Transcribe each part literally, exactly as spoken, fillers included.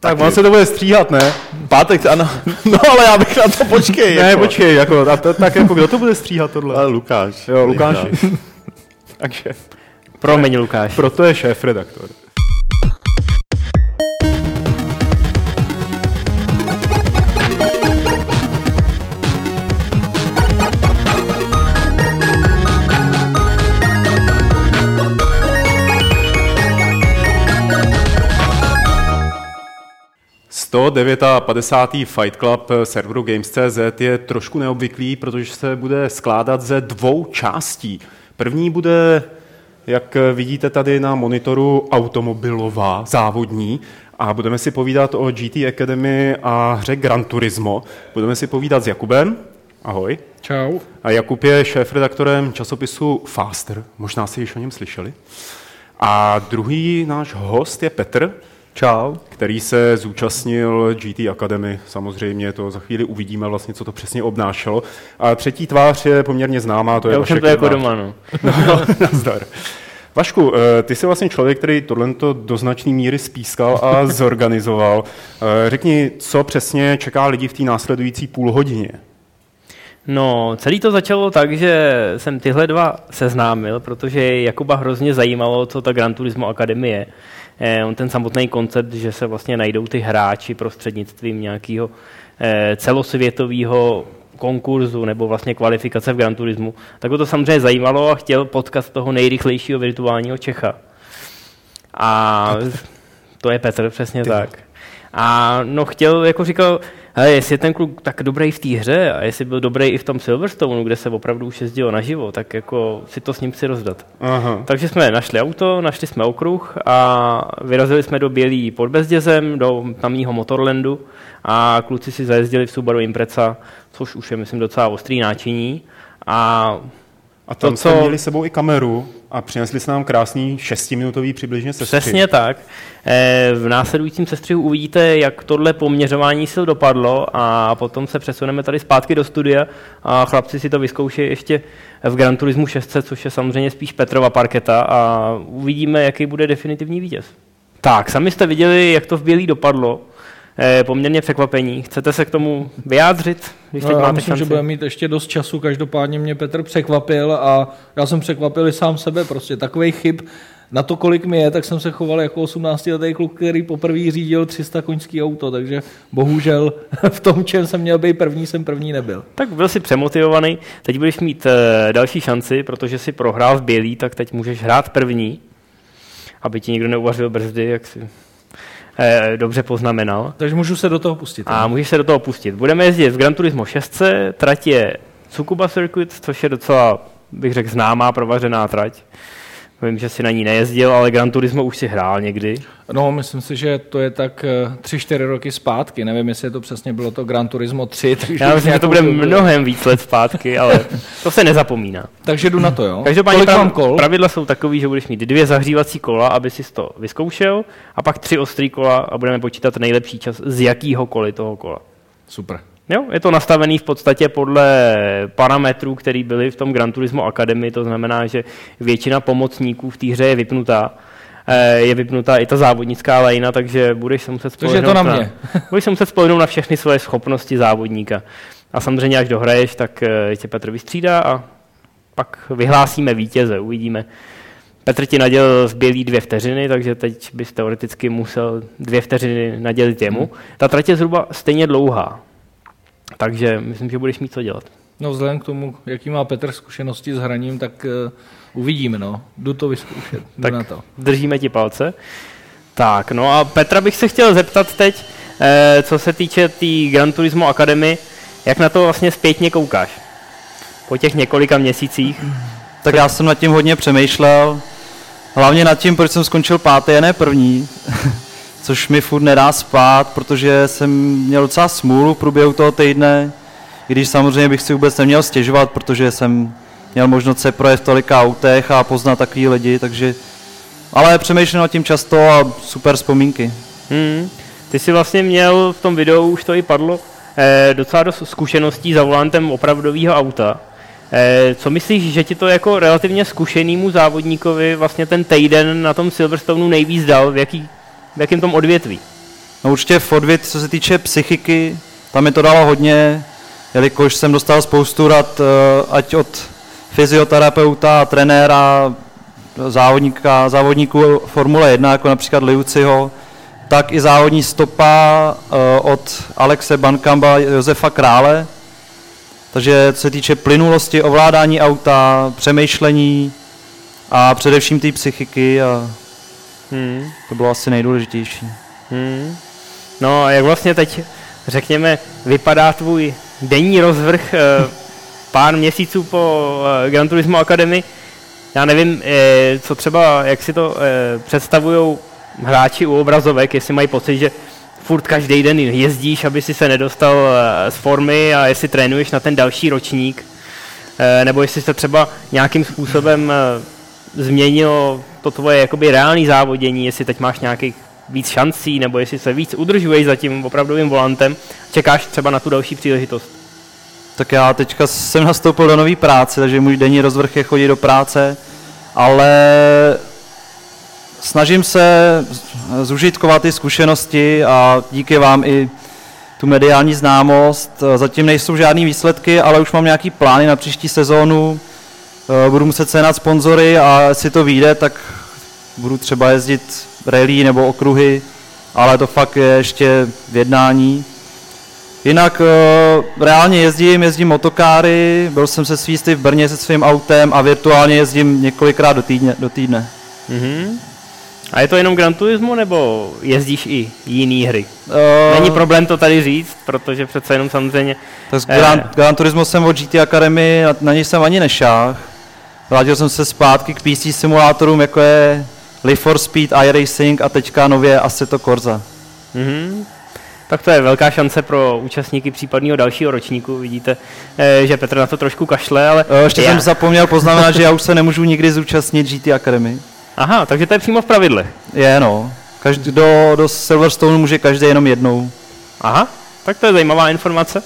Tak on se to bude stříhat, ne? Pátek, ano. No ale já bych na to počkej. Ne, jako. počkej, jako, a to, tak jako kdo to bude stříhat tohle? Ale Lukáš. Jo, Lukáš. Takže. Promiň, Lukáš. Proto je šéf-redaktor. sto padesátý devátý Fight Club serveru Games tečka cé zet je trošku neobvyklý, protože se bude skládat ze dvou částí. První bude, jak vidíte tady na monitoru, automobilová, závodní, a budeme si povídat o G T Academy a hře Gran Turismo. Budeme si povídat s Jakubem. Ahoj. Čau. A Jakub je šéfredaktorem časopisu Faster, možná si již o něm slyšeli. A druhý náš host je Petr. Čau. Který se zúčastnil G T Academy, samozřejmě to za chvíli uvidíme vlastně, co to přesně obnášelo. A třetí tvář je poměrně známá, to je Já Vašek. Já už jsem to jako doma, no. No, nazdar. Vašku, ty jsi vlastně člověk, který tohleto do značné míry spískal a zorganizoval. Řekni, co přesně čeká lidi v té následující půl hodině? No, celý to začalo tak, že jsem tyhle dva seznámil, protože Jakuba hrozně zajímalo, co ta Gran Turismo Academy je. Eh, on ten samotný koncept, že se vlastně najdou ty hráči prostřednictvím nějakého eh, celosvětového konkurzu nebo vlastně kvalifikace v Gran Turismu, tak ho to samozřejmě zajímalo a chtěl potkat toho nejrychlejšího virtuálního Čecha. A to je Petr, přesně Ty. tak. A no chtěl, jako říkal, hele, jestli je ten kluk tak dobrý v té hře a jestli byl dobrý i v tom Silverstoneu, kde se opravdu už jezdilo naživo, tak jako si to s ním chci rozdat. Aha. Takže jsme našli auto, našli jsme okruh a vyrazili jsme do Bělý pod Bezdězem, do tamního Motorlandu a kluci si zajezdili v Subaru Impreza, což už je, myslím, docela ostrý náčiní. A A tam to, co... měli sebou i kameru a přinesli se nám krásný šestiminutový přibližně sestřih. Přesně tak. V následujícím sestřihu uvidíte, jak tohle poměřování sil dopadlo a potom se přesuneme tady zpátky do studia a chlapci si to vyzkoušejí ještě v Gran Turismu šest set, což je samozřejmě spíš Petrova parketa a uvidíme, jaký bude definitivní vítěz. Tak, sami jste viděli, jak to v Bělý dopadlo. Eh, poměrně překvapení. Chcete se k tomu vyjádřit? Když no, teď já máte myslím, šanci? že budeme mít ještě dost času. Každopádně mě Petr překvapil a já jsem překvapil i sám sebe. Prostě takovej chyb na to, kolik mi je, tak jsem se choval jako osmnáctiletý kluk, který poprvé řídil tři sta koňský auto, takže bohužel v tom, čem jsem měl být první, jsem první nebyl. Tak byl jsi přemotivovaný. Teď budeš mít eh, další šanci, protože jsi prohrál v Bělý, tak teď můžeš hrát první, aby ti nikdo neuvařil brzdy, jak si dobře poznamenal. Takže můžu se do toho pustit. A ne? Můžeš se do toho pustit. Budeme jezdit v Gran Turismo šest set, trať je Tsukuba Circuit, což je docela, bych řekl, známá provařená trať. Vím, že si na ní nejezdil, ale Gran Turismo už si hrál někdy. No, myslím si, že to je tak tři čtyři roky zpátky. Nevím, jestli to přesně bylo to Gran Turismo tři. Já myslím, že to bude mnohem víc let zpátky, ale to se nezapomíná. Takže jdu na to, jo? Každopádně prav, kol? pravidla jsou takový, že budeš mít dvě zahřívací kola, aby si to vyzkoušel, a pak tři ostrý kola a budeme počítat nejlepší čas z jakýhokoliv toho kola. Super. Jo, je to nastavený v podstatě podle parametrů, které byly v tom Gran Turismo Academy, to znamená, že většina pomocníků v té hře je vypnutá. Je vypnutá i ta závodnická lajna, takže budeš se muset spolehnout to na, mě. na, budeš se muset spolehnout na všechny svoje schopnosti závodníka. A samozřejmě, až dohraješ, tak tě Petr vystřídá a pak vyhlásíme vítěze, uvidíme. Petr ti nadělil v Bělý dvě vteřiny, takže teď bys teoreticky musel dvě vteřiny nadělit jemu. Hmm. Ta trať je zhruba stejně dlouhá. Takže myslím, že budeš mít co dělat. No vzhledem k tomu, jaký má Petr zkušenosti s hraním, tak uh, uvidíme, no. Jdu to vyzkoušet. Jdu tak na to. Držíme ti palce. Tak, no a Petra bych se chtěl zeptat teď, eh, co se týče té tý Gran Turismo Academy, jak na to vlastně zpětně koukáš? Po těch několika měsících. Tak já jsem nad tím hodně přemýšlel. Hlavně nad tím, proč jsem skončil pátý a ne první. Což mi furt nedá spát, protože jsem měl docela smůlu v průběhu toho týdne, i když samozřejmě bych si vůbec neměl stěžovat, protože jsem měl možnost se projet v tolika autech a poznat takový lidi, takže... Ale přemýšlím nad tím často a super vzpomínky. Hmm. Ty jsi vlastně měl v tom videu, už to i padlo, eh, docela dost zkušeností za volantem opravdového auta. Eh, co myslíš, že ti to jako relativně zkušenýmu závodníkovi vlastně ten týden na tom Silverstoneu nejvíc dal, v jaký v jakém tom odvětví? No určitě Fodvit, co se týče psychiky, tam mi to dalo hodně, jelikož jsem dostal spoustu rad, ať od fyzioterapeuta, trenéra, závodníka, závodníků Formule jedna, jako například Liuciho, tak i závodní stopa od Alexe Bankamba, Josefa Krále. Takže co se týče plynulosti, ovládání auta, přemýšlení a především té psychiky, a hmm. to bylo asi nejdůležitější. Hmm. No a jak vlastně teď, řekněme, vypadá tvůj denní rozvrh pár měsíců po Gran Turismo Academy? Já nevím, co třeba, jak si to představují hráči u obrazovek, jestli mají pocit, že furt každý den jezdíš, aby si se nedostal z formy, a jestli trénuješ na ten další ročník, nebo jestli se třeba nějakým způsobem změnilo to tvoje jakoby reální závodění, jestli teď máš nějakých víc šancí, nebo jestli se víc udržuješ za tím opravdovým volantem, čekáš třeba na tu další příležitost. Tak já teďka jsem nastoupil do nové práce, takže můj denní rozvrh je chodit do práce, ale snažím se zužitkovat ty zkušenosti a díky vám i tu mediální známost. Zatím nejsou žádný výsledky, ale už mám nějaký plány na příští sezónu. Budu muset sehnat sponzory a jestli to vyjde, tak budu třeba jezdit rally nebo okruhy, ale to fakt je ještě v jednání. Jinak uh, reálně jezdím, jezdím motokáry, byl jsem se svísty v Brně se svým autem a virtuálně jezdím několikrát do týdne. Do týdne. Mm-hmm. A je to jenom Gran Turismo, nebo jezdíš i jiný hry? Uh, Není problém to tady říct, protože přece jenom samozřejmě... Tak eh, Gran, Gran Turismo jsem od G T Academy, na, na něj jsem ani nešáhl. Vrátil jsem se zpátky k P C simulátorům, jako je Live for Speed, iRacing a teďka nově Assetto Corsa. Mm-hmm. Tak to je velká šance pro účastníky případného dalšího ročníku. Vidíte, že Petr na to trošku kašle, ale... Ještě já. jsem zapomněl poznamenat, že já už se nemůžu nikdy zúčastnit G T Academy. Aha, takže to je přímo v pravidlech. Je, no. Každý, do, do Silverstone může každý jenom jednou. Aha, tak to je zajímavá informace.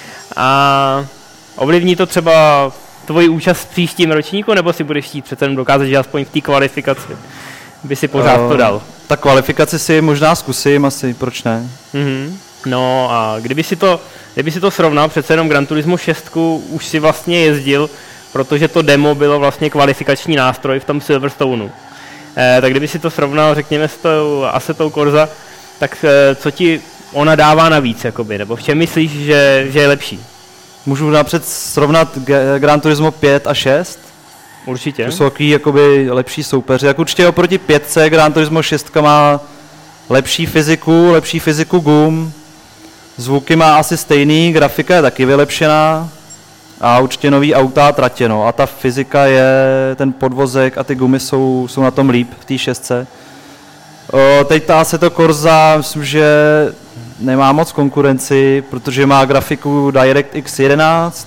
A ovlivní to třeba tvoji účast v příštím ročníku, nebo si budeš chtít přece jenom dokázat, že aspoň v té kvalifikaci by si pořád uh, to dal? Tak kvalifikaci si možná zkusím asi, proč ne? Mm-hmm. No a kdyby si to, kdyby si to srovnal, přece jenom Gran Turismo šest už si vlastně jezdil, protože to demo bylo vlastně kvalifikační nástroj v tom Silverstoneu. Eh, tak kdyby si to srovnal, řekněme, s tou Assettou Corsa, tak eh, co ti ona dává navíc, jakoby, nebo v čem myslíš, že, že je lepší? Můžu napřed srovnat Gran Turismo pět a šest? Určitě. To jsou takový jakoby lepší soupeři. Jak určitě oproti pětce Gran Turismo šest má lepší fyziku, lepší fyziku gum, zvuky má asi stejný, grafika je taky vylepšená a určitě nový auta a tratě, no. A ta fyzika je, ten podvozek a ty gumy jsou, jsou na tom líp v té šestce. O, teď ta Assetto Corsa, myslím, že nemá moc konkurenci, protože má grafiku DirectX jedenáct.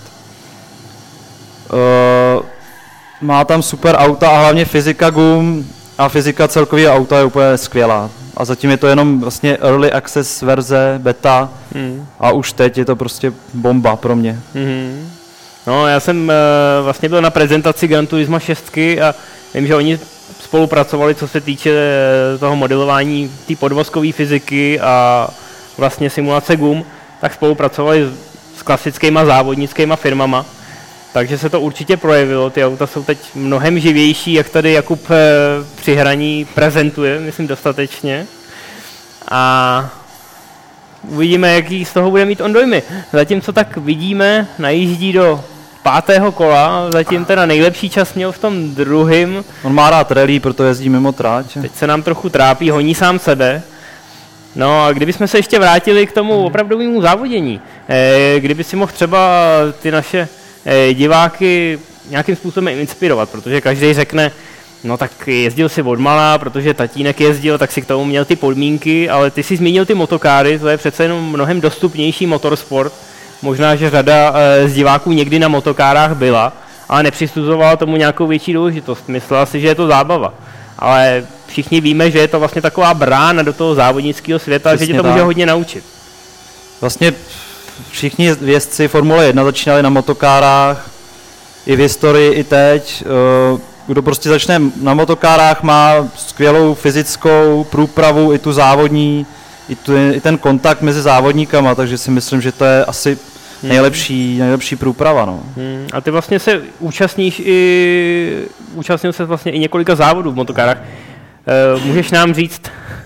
O, má tam super auta a hlavně fyzika gum a fyzika celkového auta je úplně skvělá. A zatím je to jenom vlastně early access verze, beta hmm. a už teď je to prostě bomba pro mě. Hmm. No, já jsem uh, vlastně byl na prezentaci Gran Turismo šest a vím, že oni spolupracovali, co se týče uh, toho modelování té podvozkové fyziky a vlastně simulace gum, tak spolupracovali s klasickýma závodnickýma firmama. Takže se to určitě projevilo, ty auta jsou teď mnohem živější, jak tady Jakub e, při hraní prezentuje, myslím dostatečně. A uvidíme, jaký z toho bude mít on dojmy. Zatímco tak vidíme, najíždí do pátého kola, zatím teda nejlepší čas měl v tom druhém. On má rád rally, proto jezdí mimo tráť. Teď se nám trochu trápí, honí sám sebe. No a kdybychom se ještě vrátili k tomu opravdovému závodění, e, kdyby si mohl třeba ty naše diváky nějakým způsobem inspirovat, protože každý řekne, no tak jezdil si odmala, protože tatínek jezdil, tak si k tomu měl ty podmínky, ale ty si zmínil ty motokáry, to je přece jenom mnohem dostupnější motorsport. Možná, že řada z diváků někdy na motokárách byla, ale nepřisuzovala tomu nějakou větší důležitost. Myslela si, že je to zábava. Ale všichni víme, že je to vlastně taková brána do toho závodnického světa, přesně, že tě to tak může hodně naučit. Vlastně všichni jezdci Formule jedna začínali na motokárách, i v historii, i teď. Kdo prostě začne na motokárách, má skvělou fyzickou průpravu, i tu závodní, i, tu, i ten kontakt mezi závodníkama, takže si myslím, že to je asi nejlepší, nejlepší průprava. No. Hmm. A ty vlastně se účastníš i, účastnil se vlastně i několika závodů v motokárách. E, můžeš nám říct,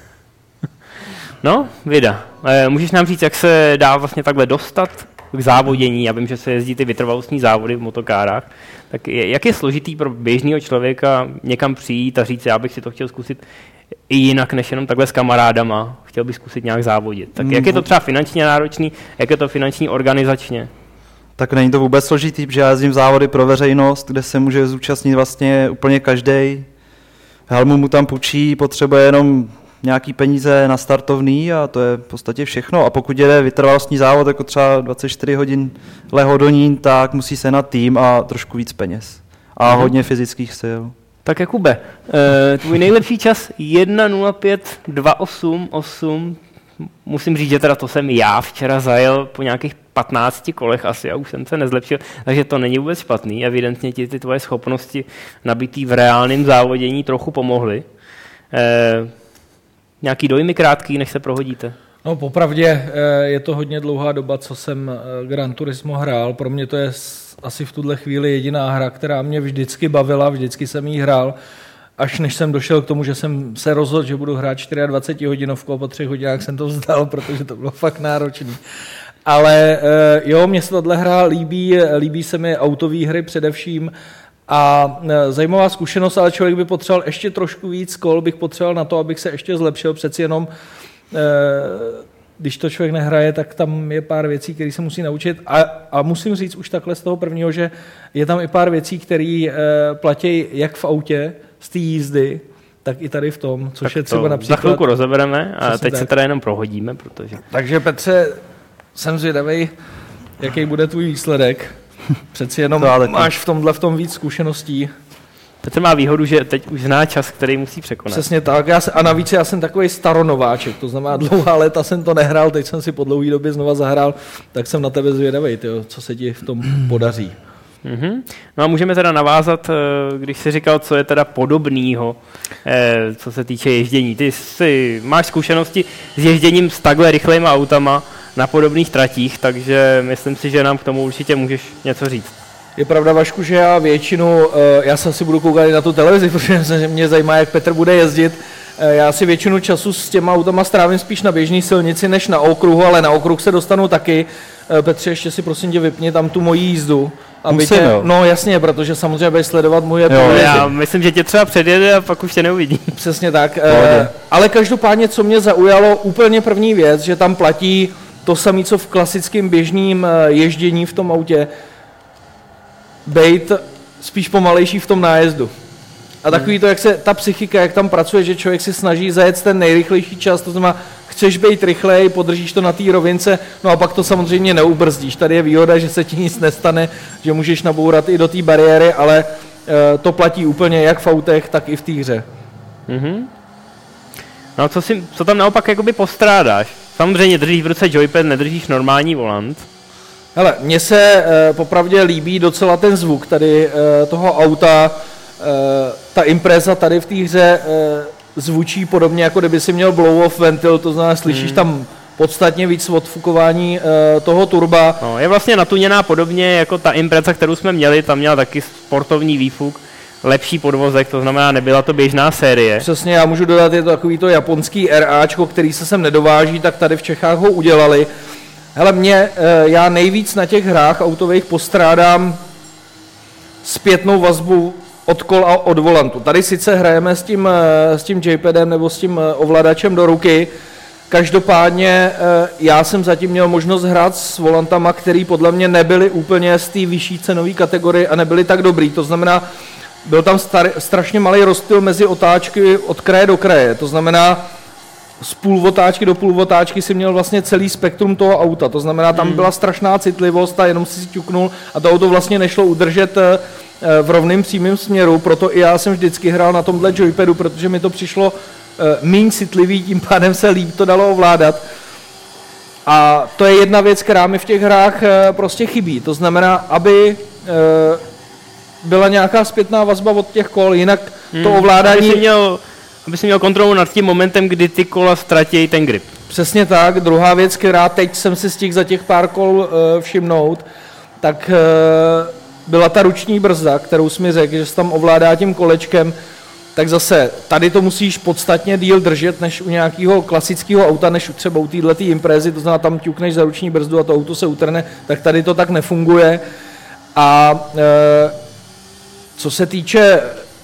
no, Vida, e, můžeš nám říct, jak se dá vlastně takhle dostat k závodění? Já vím, že se jezdí ty vytrvalostní závody v motokárách. Tak je, jak je složitý pro běžného člověka někam přijít a říct, já bych si to chtěl zkusit i jinak, než jenom takhle s kamarádama, chtěl bych zkusit nějak závodit. Tak jak je to třeba finančně náročný, jak je to finančně organizačně? Tak není to vůbec složitý, protože já jezdím závody pro veřejnost, kde se může zúčastnit vlastně úplně každý. Helmu mu tam půjčí, potřebuje jenom nějaký peníze na startovný a to je v podstatě všechno. A pokud jede vytrvalostní závod, jako třeba dvacet čtyři hodin Lehodonín, tak musí se na tým a trošku víc peněz. A mhm. hodně fyzických sil. Tak Jakube, tvůj nejlepší čas jedna nula pět dva osm osm, musím říct, že teda to jsem já včera zajel po nějakých patnácti kolech asi a už jsem se nezlepšil, takže to není vůbec špatný. Evidentně ti ty tvoje schopnosti nabitý v reálném závodění trochu pomohly. Eh, nějaký dojmy krátký, než se prohodíte? No popravdě je to hodně dlouhá doba, co jsem Gran Turismo hrál. Pro mě to je asi v tuhle chvíli jediná hra, která mě vždycky bavila, vždycky jsem jí hrál, až než jsem došel k tomu, že jsem se rozhodl, že budu hrát dvacet čtyři hodinovku a po třech hodinách jsem to vzdal, protože to bylo fakt náročný. Ale jo, mně se tato hra líbí, líbí se mi autové hry především a zajímavá zkušenost, ale člověk by potřeboval ještě trošku víc kol, bych potřeboval na to, abych se ještě zlepšil, přeci jenom když to člověk nehraje, tak tam je pár věcí, které se musí naučit a, a musím říct už takhle z toho prvního, že je tam i pár věcí, které e, platí jak v autě z té jízdy, tak i tady v tom, což tak je třeba například... Za chvilku rozebereme a teď tak. se teda jenom prohodíme, protože... Takže Petře, jsem zvědavej, jaký bude tvůj výsledek. Přeci jenom máš v tomhle v tom víc zkušeností. Petr má výhodu, že teď už zná čas, který musí překonat. Přesně tak. Já se, a navíc já jsem takový staronováček, to znamená dlouhá léta jsem to nehrál, teď jsem si po dlouhé době znova zahrál, tak jsem na tebe zvědavej, tyjo, co se ti v tom podaří. Mm-hmm. No a můžeme teda navázat, když jsi říkal, co je teda podobného, co se týče ježdění. Ty jsi, máš zkušenosti s ježděním s takhle rychlejma autama na podobných tratích, takže myslím si, že nám k tomu určitě můžeš něco říct. Je pravda, Vašku, že já většinu, já se asi budu koukat i na tu televizi, protože mě zajímá, jak Petr bude jezdit. Já si většinu času s těma autama strávím spíš na běžné silnici, než na okruhu, ale na okruh se dostanu taky. Petře, ještě si prosím tě vypni tam tu moji jízdu. Aby tě, no jasně, protože samozřejmě budeš sledovat moje pohledy. Já myslím, že tě třeba předjede a pak už tě neuvidí. Přesně tak. E, ale každopádně, co mě zaujalo, úplně první věc, že tam platí to samé, co v klasickém běžném ježdění v tom autě, bejt spíš pomalejší v tom nájezdu. A takový to, jak se ta psychika, jak tam pracuje, že člověk si snaží zajet ten nejrychlejší čas, to znamená, chceš být rychlej, podržíš to na té rovince, no a pak to samozřejmě neubrzdíš. Tady je výhoda, že se ti nic nestane, že můžeš nabourat i do té bariéry, ale e, to platí úplně jak v autech, tak i v té hře. Mm-hmm. No a co, si, co tam naopak jakoby postrádáš? Samozřejmě držíš v ruce joypad, nedržíš normální volant. Hele, mně se e, popravdě líbí docela ten zvuk tady e, toho auta, e, ta impreza tady v té hře e, zvučí podobně, jako kdyby si měl blow-off ventil, to znamená, slyšíš hmm. tam podstatně víc odfukování e, toho turba. No, je vlastně natuněná podobně jako ta impreza, kterou jsme měli, tam měla taky sportovní výfuk, lepší podvozek, to znamená, nebyla to běžná série. Přesně, já můžu dodat, je to takový to japonský RAčko, který se sem nedováží, tak tady v Čechách ho udělali. Hele, mě, já nejvíc na těch hrách autových postrádám zpětnou vazbu od kol a od volantu. Tady sice hrajeme s tím, s tím joypadem nebo s tím ovladačem do ruky, každopádně já jsem zatím měl možnost hrát s volantama, který podle mě nebyly úplně z té vyšší cenové kategorie a nebyly tak dobrý. To znamená, byl tam star, strašně malý rozptyl mezi otáčky od kraje do kraje. To znamená, z půlvotáčky do půlvotáčky si měl vlastně celý spektrum toho auta, to znamená, tam byla strašná citlivost a jenom si si ťuknul a to auto vlastně nešlo udržet v rovném přímém směru, proto i já jsem vždycky hrál na tomhle joypadu, protože mi to přišlo méně citlivý, tím pádem se líp to dalo ovládat. A to je jedna věc, která mi v těch hrách prostě chybí, to znamená, aby byla nějaká zpětná vazba od těch kol, jinak to ovládání... Aby si měl, aby si měl kontrolu nad tím momentem, kdy ty kola ztratí ten grip. Přesně tak. Druhá věc, která teď jsem si stihl za těch pár kol uh, všimnout, tak uh, byla ta ruční brzda, kterou jsi mi řekl, že se tam ovládá tím kolečkem. Tak zase, tady to musíš podstatně díl držet, než u nějakého klasického auta, než třeba u této Imprezy, to znamená, tam ťukneš za ruční brzdu a to auto se utrhne, tak tady to tak nefunguje. A e, co se týče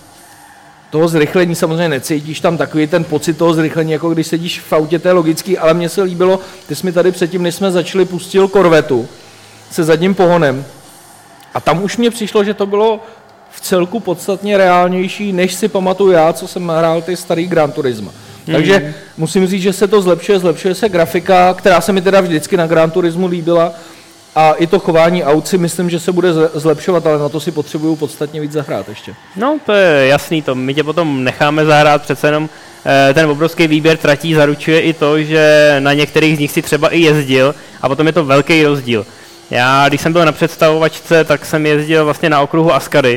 toho zrychlení, samozřejmě necítíš tam takový ten pocit toho zrychlení, jako když sedíš v autě, to je logický, ale mně se líbilo, ty jsi mi tady předtím, než jsme začali, pustil Corvetu se zadním pohonem. A tam už mně přišlo, že to bylo v celku podstatně reálnější, než si pamatuju já, co jsem hrál ty starý Gran Turismo. Hmm. Takže musím říct, že se to zlepšuje, zlepšuje se grafika, která se mi teda vždycky na Gran Turismu líbila, a i to chování aut si myslím, že se bude zlepšovat, ale na to si potřebuju podstatně víc zahrát ještě. No, to je jasný, to my tě potom necháme zahrát, přece jenom ten obrovský výběr tratí zaručuje i to, že na některých z nich si třeba i jezdil a potom je to velký rozdíl. Já, když jsem byl na představovačce, tak jsem jezdil vlastně na okruhu Ascari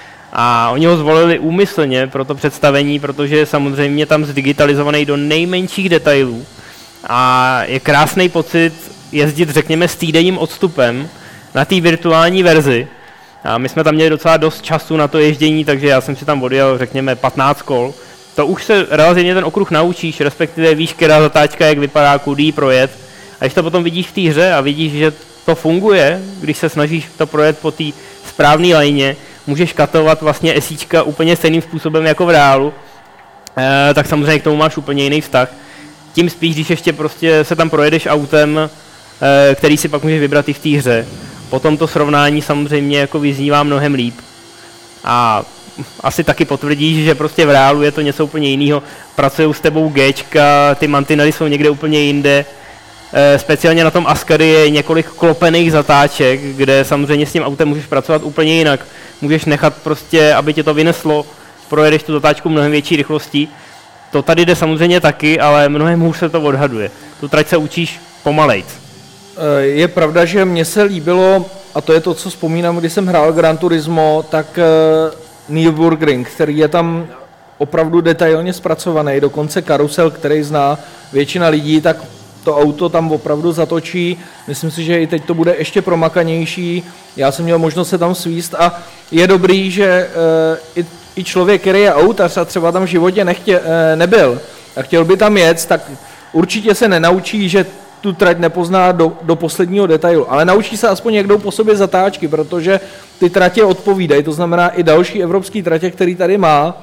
a oni ho zvolili úmyslně pro to představení, protože je samozřejmě tam zdigitalizovaný do nejmenších detailů a je krásný pocit jezdit, řekněme, s týdenním odstupem na té virtuální verzi. A my jsme tam měli docela dost času na to ježdění, takže já jsem si tam odjel, řekněme, patnáct kol. To už se relativně ten okruh naučíš, respektive víš, která zatáčka, jak vypadá, kudy jí projet. A když to potom vidíš v té hře a vidíš, že to funguje, když se snažíš to projet po té správné lajně, můžeš katovat vlastně esíčka úplně stejným způsobem jako v reálu, e, tak samozřejmě k tomu máš úplně jiný vztah. Tím spíš, když ještě prostě se tam projedeš autem, e, který si pak můžeš vybrat i v té hře. Potom to srovnání samozřejmě jako vyznívá mnohem líp. A asi taky potvrdíš, že prostě v reálu je to něco úplně jiného. Pracují s tebou Gčka, ty mantinely jsou někde úplně jinde. E, speciálně na tom Ascari je několik klopených zatáček, kde samozřejmě s tím autem můžeš pracovat úplně jinak. Můžeš nechat prostě, aby tě to vyneslo, projedeš tu zatáčku mnohem větší rychlostí. To tady jde samozřejmě taky, ale mnohem hůř se to odhaduje. Tu trať se učíš pomalejc. Je pravda, že mně se líbilo, a to je to, co vzpomínám, když jsem hrál Gran Turismo, tak Nürburgring, který je tam opravdu detailně zpracovaný, dokonce karusel, který zná většina lidí, tak to auto tam opravdu zatočí. Myslím si, že i teď to bude ještě promakanější. Já jsem měl možnost se tam svíst a je dobrý, že i, i člověk, který je autař a třeba tam v životě nechtě, nebyl a chtěl by tam jet, tak určitě se nenaučí, že tu trať nepozná do, do posledního detailu, ale naučí se aspoň jak jdou po sobě zatáčky, protože ty tratě odpovídají, to znamená i další evropský tratě, který tady má,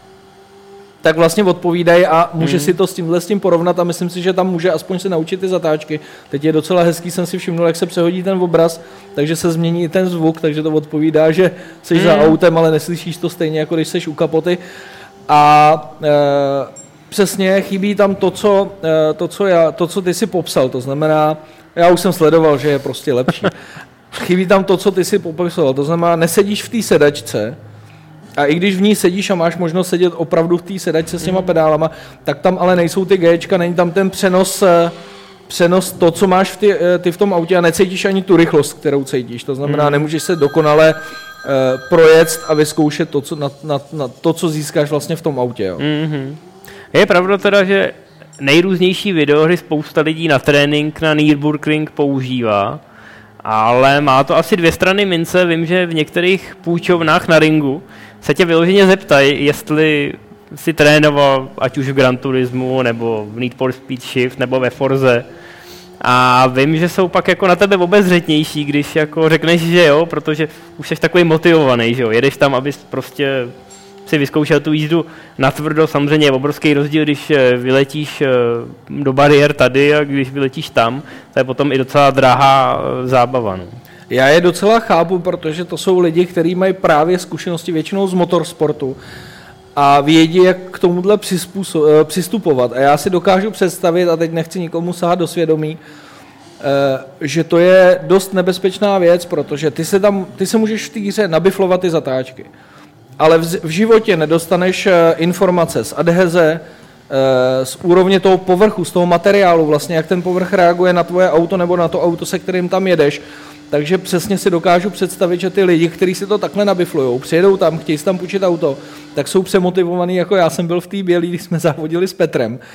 tak vlastně odpovídají a může hmm. si to s tímhle s tím porovnat a myslím si, že tam může aspoň se naučit ty zatáčky. Teď je docela hezký, jsem si všimnul, jak se přehodí ten obraz, takže se změní i ten zvuk, takže to odpovídá, že jsi hmm. za autem, ale neslyšíš to stejně, jako když jsi u kapoty. A e, přesně chybí tam to co, e, to, co já, to, co ty si popsal, to znamená, já už jsem sledoval, že je prostě lepší. Chybí tam to, co ty si popsal, to znamená, nesedíš v té sedačce, a i když v ní sedíš a máš možnost sedět opravdu v té sedačce s těma pedálama, tak tam ale nejsou ty Gčka, není tam ten přenos, přenos to, co máš v ty, ty v tom autě a necítíš ani tu rychlost, kterou cítíš. To znamená, mm. nemůžeš se dokonale uh, projet a vyzkoušet to, co, na, na, na to, co získáš vlastně v tom autě. Jo. Mm-hmm. Je pravda teda, že nejrůznější videohry spousta lidí na trénink na Nürburgring používá, ale má to asi dvě strany mince. Vím, že v některých půjčovnách na ringu se tě vyloženě zeptají, jestli si trénoval, ať už v Gran Turismu, nebo v Need for Speed Shift, nebo ve Forze. A vím, že jsou pak jako na tebe obezřetnější, když jako řekneš, že jo, protože už jsi takový motivovaný, že jo. Jedeš tam, abys prostě si vyzkoušel tu jízdu natvrdo. Samozřejmě je obrovský rozdíl, když vyletíš do bariér tady a když vyletíš tam. To je potom i docela drahá zábava. No. Já je docela chápu, protože to jsou lidi, kteří mají právě zkušenosti většinou z motorsportu a vědí, jak k tomuhle přistupovat. A já si dokážu představit, a teď nechci nikomu sahat do svědomí, že to je dost nebezpečná věc, protože ty se, tam, ty se můžeš v té hře nabiflovat ty zatáčky. Ale v, v životě nedostaneš informace z adheze, z úrovně toho povrchu, z toho materiálu, vlastně jak ten povrch reaguje na tvoje auto nebo na to auto, se kterým tam jedeš. Takže přesně si dokážu představit, že ty lidi, kteří si to takhle nabiflujou, přijedou tam, chtějí si tam půjčit auto, tak jsou přemotivovaný, jako já jsem byl v té bělý, když jsme závodili s Petrem.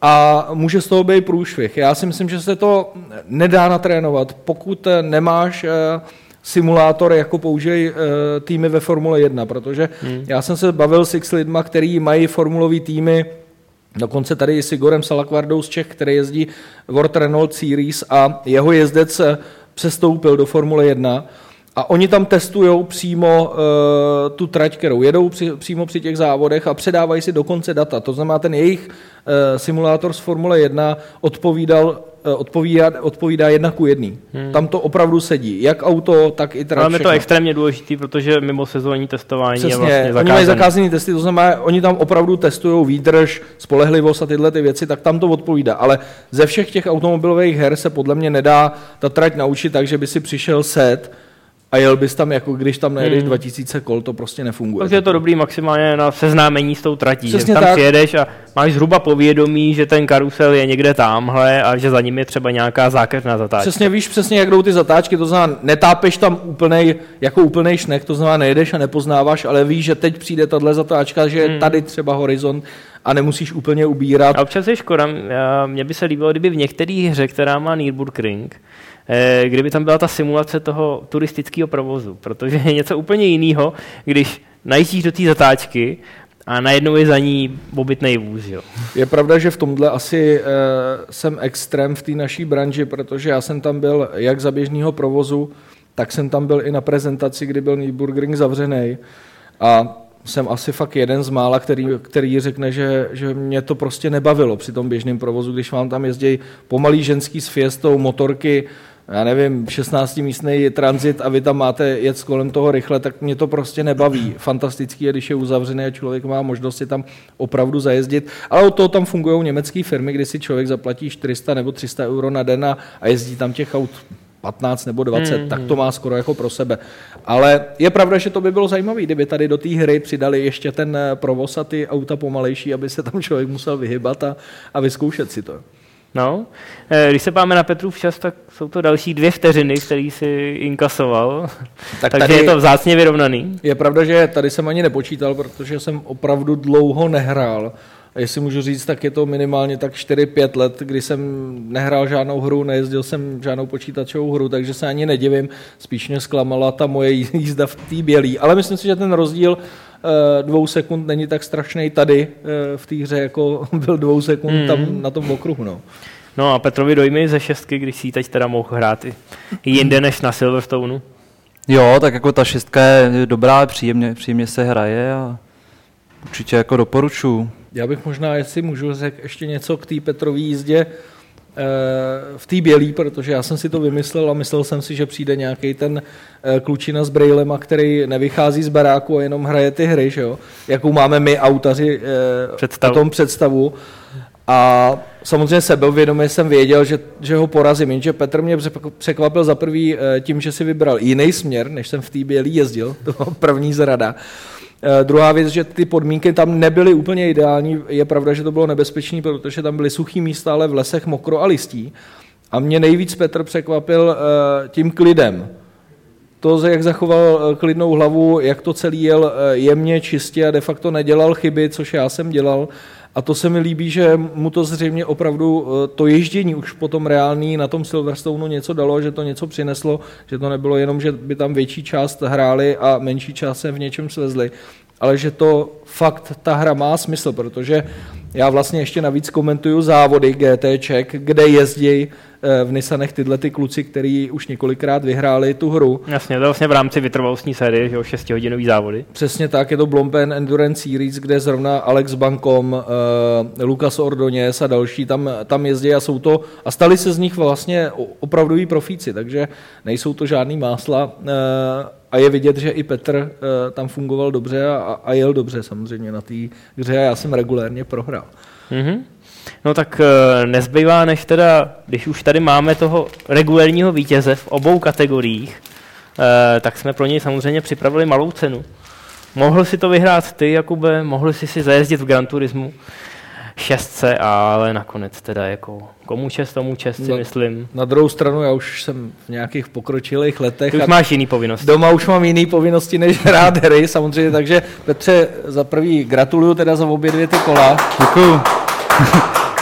a může z toho být průšvih. Já si myslím, že se to nedá natrénovat, pokud nemáš simulátor, jako použij týmy ve Formule jedna, protože hmm. já jsem se bavil s x lidma, který mají formulový týmy, dokonce tady s Igorem Salakvardou z Čech, který jezdí World Renault Series a jeho jezdec přestoupil do Formule jedna a oni tam testují přímo uh, tu trať, kterou jedou při, přímo při těch závodech a předávají si dokonce data. To znamená, ten jejich uh, simulátor z Formule jedna odpovídal, uh, odpovídá, odpovídá jedna ku jedný. Hmm. Tam to opravdu sedí. Jak auto, tak i trať. Ale je to extrémně důležité, protože mimo sezónní testování Přesně, je vlastně zakázaný. Oni mají zakázaný testy, to znamená, oni tam opravdu testují výdrž, spolehlivost a tyhle ty věci, tak tam to odpovídá. Ale ze všech těch automobilových her se podle mě nedá ta trať naučit tak, že by si přišel set a jel bys tam, jako když tam najedeš hmm. dva tisíce kol, to prostě nefunguje. Takže je to dobrý maximálně na seznámení s tou tratí. Přesně že tam tak. přijedeš a máš zhruba povědomí, že ten karusel je někde tamhle a že za ním je třeba nějaká zákeřná zatáčka. Přesně víš přesně, jak jdou ty zatáčky, to znamená, netápeš tam úplnej, jako úplnej šnek, to znamená, nejedeš a nepoznáváš, ale víš, že teď přijde tahle zatáčka, že je hmm. tady třeba horizont a nemusíš úplně ubírat. A občas je škoda, mně by se líbilo, kdyby v některé hře, která má Nürburgring, kdyby tam byla ta simulace toho turistického provozu, protože je něco úplně jiného, když najíždíš do té zatáčky a najednou je za ní obytnej vůz. Jo. Je pravda, že v tomhle asi e, jsem extrém v té naší branži, protože já jsem tam byl jak za běžného provozu, tak jsem tam byl i na prezentaci, kdy byl Nürburgring zavřený a jsem asi fakt jeden z mála, který, který řekne, že, že mě to prostě nebavilo při tom běžném provozu, když vám tam jezdí pomalý ženský s Fiestou, motorky, já nevím, šestnáctimístný tranzit a vy tam máte jet kolem toho rychle, tak mě to prostě nebaví. Fantastický je, když je uzavřený a člověk má možnost si tam opravdu zajezdit. Ale od toho tam fungují německé firmy, kdy si člověk zaplatí čtyři sta nebo tři sta euro na den a, a jezdí tam těch aut patnáct nebo dvacet, mm, tak to má skoro jako pro sebe. Ale je pravda, že to by bylo zajímavé, kdyby tady do té hry přidali ještě ten provoz a ty auta pomalejší, aby se tam člověk musel vyhybat a, a vyzkoušet si to. No, když se páme na Petrův čas, tak jsou to další dvě vteřiny, který si inkasoval, tak takže je to vzácně vyrovnaný. Je pravda, že tady jsem ani nepočítal, protože jsem opravdu dlouho nehrál. A jestli můžu říct, tak je to minimálně tak čtyři pět let, kdy jsem nehrál žádnou hru, nejezdil jsem žádnou počítačovou hru, takže se ani nedivím. Spíš mě zklamala ta moje jízda v té bělý. Ale myslím si, že ten rozdíl dvou sekund není tak strašný tady v té hře, jako byl dvou sekund mm. tam na tom okruhu. No. no a Petrovi dojmy ze šestky, když si ji teď teda mohl hrát i jinde než na Silverstoneu? Jo, tak jako ta šestka je dobrá, příjemně, příjemně se hraje a určitě jako doporučuji. Já bych možná, jestli můžu řekl ještě něco k té Petrový jízdě v té bělý, protože já jsem si to vymyslel a myslel jsem si, že přijde nějaký ten klučina s brejlema, který nevychází z baráku a jenom hraje ty hry, že jo? Jakou máme my autaři o tom představu. A samozřejmě sebevědomě jsem věděl, že, že ho porazím, jenže Petr mě překvapil za prvý tím, že si vybral jiný směr, než jsem v té bělý jezdil, to byla první zrada. Uh, druhá věc, že ty podmínky tam nebyly úplně ideální, je pravda, že to bylo nebezpečné, protože tam byly suchý místa, ale v lesech mokro a listí. A mě nejvíc Petr překvapil uh, tím klidem. To, jak zachoval uh, klidnou hlavu, jak to celý jel uh, jemně, čistě a de facto nedělal chyby, což já jsem dělal. A to se mi líbí, že mu to zřejmě opravdu to ježdění už potom reálný na tom Silverstoneu něco dalo, že to něco přineslo, že to nebylo jenom, že by tam větší část hráli a menší část se v něčem svezli, ale že to fakt ta hra má smysl, protože já vlastně ještě navíc komentuju závody GTček, kde jezdí v Nissanech tyhle ty kluci, který už několikrát vyhráli tu hru. Jasně, to je vlastně v rámci vytrvalostní série, že jo, šestihodinový závody. Přesně tak, je to Blompen Endurance Series, kde zrovna Alex Bankom, uh, Lucas Ordóñez a další tam, tam jezdí a jsou to, a stali se z nich vlastně opravdoví profíci, takže nejsou to žádný másla uh, a je vidět, že i Petr uh, tam fungoval dobře a, a jel dobře samozřejmě na té hře a já jsem regulérně prohrál. Mm-hmm. No tak nezbývá, než teda, když už tady máme toho regulérního vítěze v obou kategoriích, tak jsme pro něj samozřejmě připravili malou cenu. Mohl si to vyhrát ty, Jakube, mohl si si zajezdit v Gran Turismu šestce, ale nakonec teda jako komu čest, tomu čest si na, myslím. Na druhou stranu já už jsem v nějakých pokročilých letech. Ty už máš jiný povinnosti. Doma už mám jiný povinnosti, než hrát hry samozřejmě, takže Petře, za prvý gratuluju teda za obě dvě ty kola. Děkuju.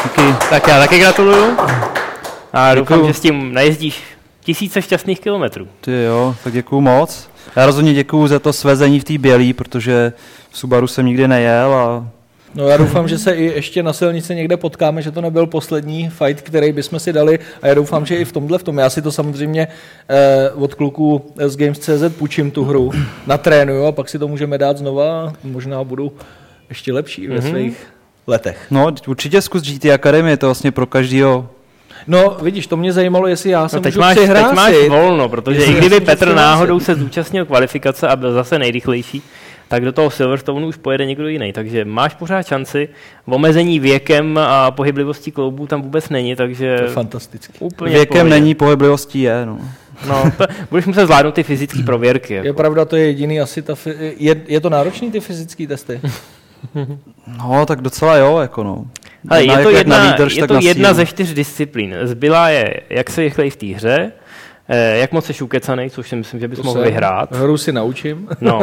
Díky. Tak já taky gratuluju. A Děkuju. doufám, že s tím najezdíš tisíce šťastných kilometrů. Ty jo, tak děkuju moc. Já rozhodně děkuju za to svezení v té bělý, protože v Subaru jsem nikdy nejel a No já doufám, že se i ještě na silnici někde potkáme, že to nebyl poslední fight, který bychom si dali a já doufám, že i v tomhle v tom. Já si to samozřejmě eh, od kluků z Games tečka cé zet půjčím tu hru, natrénuju a pak si to můžeme dát znova a možná budu ještě lepší ve Mhm. svých letech. no určitě zkus G T Academy, je to vlastně pro každýho. No vidíš, to mě zajímalo, jestli já se No teď, můžu máš, teď přihlásit. máš volno, protože Jestli i já kdyby se můžu Petr přihlásit. náhodou se zúčastnil kvalifikace a byl zase nejrychlejší, tak do toho Silverstoneu už pojede někdo jiný. Takže máš pořád šanci. V omezení věkem a pohyblivostí kloubů tam vůbec není, takže To je fantastický. úplně v Věkem pohodě. není, pohyblivostí je. No. No, to, budeš muset zvládnout ty fyzické prověrky. Jako. Je pravda, to je jediný asi ta... Fi- je, je to náročný ty fyzické testy? no, tak docela jo, jako no. Ale Na- je to jak jedna, na výdrž, je tak to na jedna sílu. ze čtyř disciplín. Zbylá je, jak se rychleji v té hře, eh, jak moc jsi ukecanej, což si myslím, že bys To mohl se vyhrát. Hru si naučím. No,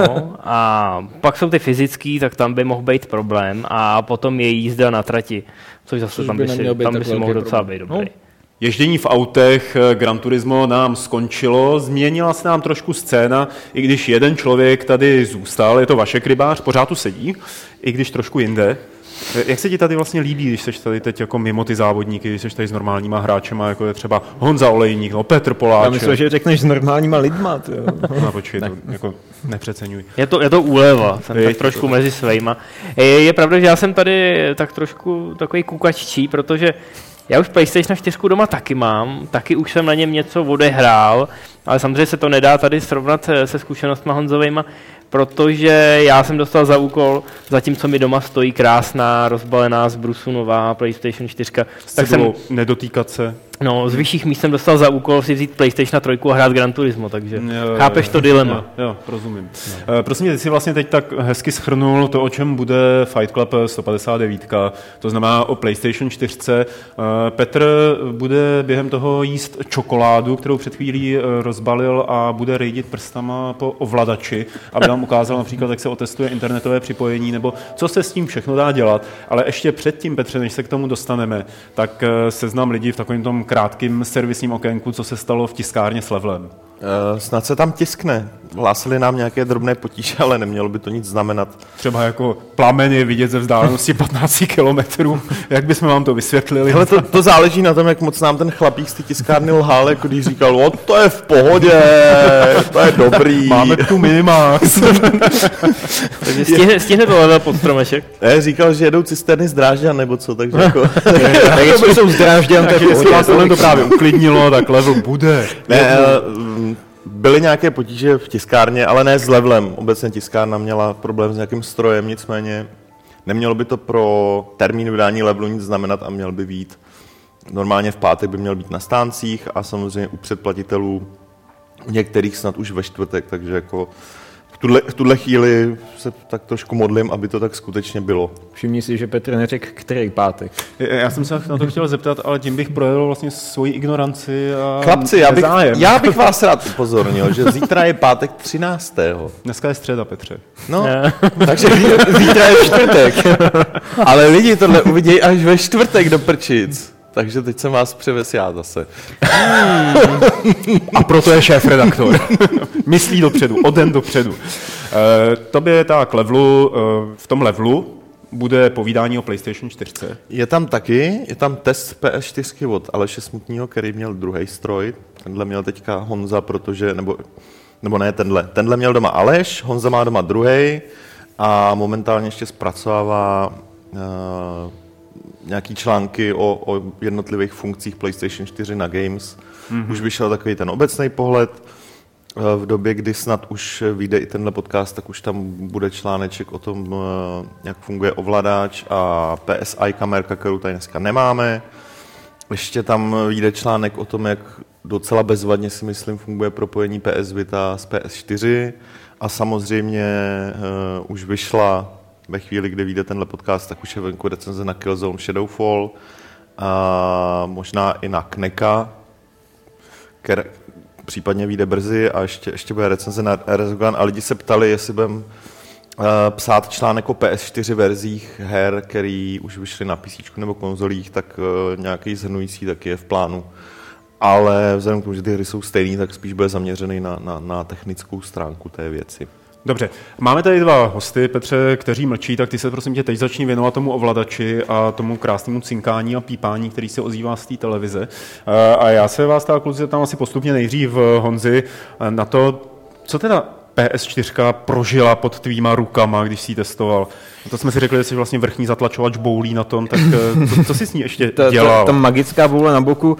a pak jsou ty fyzický, tak tam by mohl být problém. A potom je jízda na trati, což zase Což tam by by, si, neměl být tam tak by si velký mohl docela problém. být dobrý. Ježdění v autech, Gran Turismo nám skončilo, změnila se nám trošku scéna, i když jeden člověk tady zůstal, je to Vašek Rybář, pořád tu sedí, i když trošku jinde. Jak se ti tady vlastně líbí, když jsi tady teď jako mimo ty závodníky, když jsi tady s normálníma hráčema, jako je třeba Honza Olejník, no Petr Poláček. Já myslím, že řekneš s normálníma lidma. Tyjo. No počkej, to jako nepřeceňuj. Je to, je to úleva, jsem Je tak to trošku to. mezi svejma. Je, je pravda, že já jsem tady tak trošku takový kukaččí, protože já už PlayStation čtyři doma taky mám, taky už jsem na něm něco odehrál, ale samozřejmě se to nedá tady srovnat se, se zkušenostmi Honzovejma, protože já jsem dostal za úkol, zatímco mi doma stojí krásná, rozbalená z brusu nová PlayStation čtyři, tak jsem, nedotýkat se. no, z vyšších míst jsem dostal za úkol si vzít PlayStation tři a hrát Gran Turismo, takže Jo, chápeš to dilema. Jo, jo rozumím. No. Uh, prosím mě, ty jsi vlastně teď tak hezky shrnul to, o čem bude Fight Club sto padesát devět, to znamená o PlayStation čtyři. Uh, Petr bude během toho jíst čokoládu, kterou před chvílí uh, rozbalil a bude rejdit prstama po ovladači, aby nám ukázal například, jak se otestuje internetové připojení, nebo co se s tím všechno dá dělat. Ale ještě předtím, Petře, než se k tomu dostaneme, tak uh, seznam lidí v takovém tom krátkém servisním okénku, co se stalo v tiskárně s Levlem. Uh, snad se tam tiskne. Hlásili nám nějaké drobné potíže, ale nemělo by to nic znamenat. Třeba jako plameny vidět ze vzdálenosti patnáct kilometrů, jak bychom vám to vysvětlili? Hele, to, to záleží na tom, jak moc nám ten chlapík z té tiskárny lhal, jako když říkal, o, to je v pohodě, to je dobrý. Máme tu Minimax. Takže stihne, stihne to level pod stromeček. Ne, říkal, že jedou cisterny z Drážďan nebo co, takže jako... Tak jestli jsou z Drážďan, tak Takže jestli vás tohle to právě uklidnilo, tak level bude. Ne, eh, byly nějaké potíže v tiskárně, ale ne s levelem. Obecně tiskárna měla problém s nějakým strojem, nicméně nemělo by to pro termín vydání levelu nic znamenat a měl by být. Normálně v pátek by měl být na stáncích a samozřejmě u předplatitelů, u některých snad už ve čtvrtek, takže jako v tuhle, v tuhle chvíli se tak trošku modlím, aby to tak skutečně bylo. Všimni si, že Petr neřekl, který pátek. Já jsem se na to chtěl zeptat, ale tím bych projevil vlastně svoji ignoranci a Chlapci, já bych, nezájem. já bych vás rád upozornil, že zítra je pátek třináctého Dneska je středa, Petře. No, takže zítra je čtvrtek. Ale lidi tohle uvidějí až ve čtvrtek do prčic. Takže teď jsem vás převez já zase. A proto je šéf-redaktor. Myslí dopředu, o den dopředu. E, tobě tak levelu, e, v tom levelu bude povídání o PlayStation čtyři. Je tam taky, je tam test P S čtyři od Aleše Smutního, který měl druhý stroj. Tenhle měl teďka Honza, protože, nebo, nebo ne tenhle, tenhle měl doma Aleš, Honza má doma druhý a momentálně ještě zpracovává uh, nějaký články o, o jednotlivých funkcích PlayStation čtyři na Games. Mm-hmm. Už vyšel takový ten obecný pohled. V době, kdy snad už vyjde i tenhle podcast, tak už tam bude článeček o tom, jak funguje ovladač a P S I kamerka, kterou tady dneska nemáme. Ještě tam vyjde článek o tom, jak docela bezvadně si myslím funguje propojení P S Vita s P S čtyři a samozřejmě uh, už vyšla ve chvíli, kdy vyjde tenhle podcast, tak už je venku recenze na Killzone Shadowfall a možná i na Kneka, které případně vyjde brzy a ještě, ještě bude recenze na Resogun a lidi se ptali, jestli budeme psát článek o P S čtyři verzích her, který už vyšly na P C nebo konzolích, tak nějaký shrnující taky je v plánu. Ale vzhledem k tomu, že ty hry jsou stejný, tak spíš bude zaměřený na, na, na technickou stránku té věci. Dobře, máme tady dva hosty, Petře, kteří mlčí, tak ty se prosím tě teď začni věnovat tomu ovladači a tomu krásnému cinkání a pípání, který se ozývá z té televize. A já se vás teda kluci zeptám asi postupně nejdřív Honzi na to, co teda P S čtyři prožila pod tvýma rukama, když jsi ji testoval. To jsme si řekli, že jsi vlastně vrchní zatlačovač boulí na tom, tak co, co jsi s ní ještě dělal? Ta, ta magická boule na boku,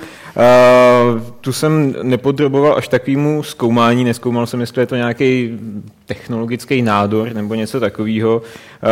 uh, tu jsem nepodroboval až takovému zkoumání, nezkoumal jsem, jestli je to nějaký technologický nádor nebo něco takového.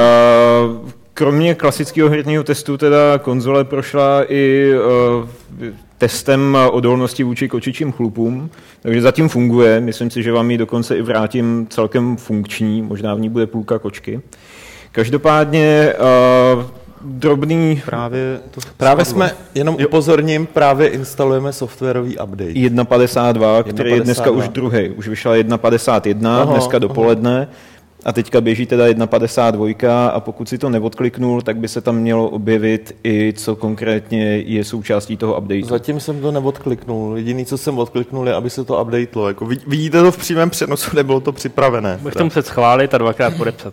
Uh, kromě klasického herního testu teda konzole prošla i uh, testem odolnosti vůči kočičím chlupům, takže zatím funguje. Myslím si, že vám ji dokonce i vrátím celkem funkční, možná v ní bude půlka kočky. Každopádně uh, drobný... Právě, to právě jsme, jenom upozorním, právě instalujeme softwarový update. jedna padesát dva, který je dneska už druhý. Už vyšla jedna padesát jedna, aha, dneska dopoledne. Aha. A teďka běží teda jedna padesát dva a pokud si to neodkliknul, tak by se tam mělo objevit i co konkrétně je součástí toho updateu. Zatím jsem to neodkliknul. Jediný, co jsem odkliknul, je, aby se to updatelo. Jako vidíte to v přímém přenosu, nebylo to připravené. Bych to muset schválit a dvakrát podepsat.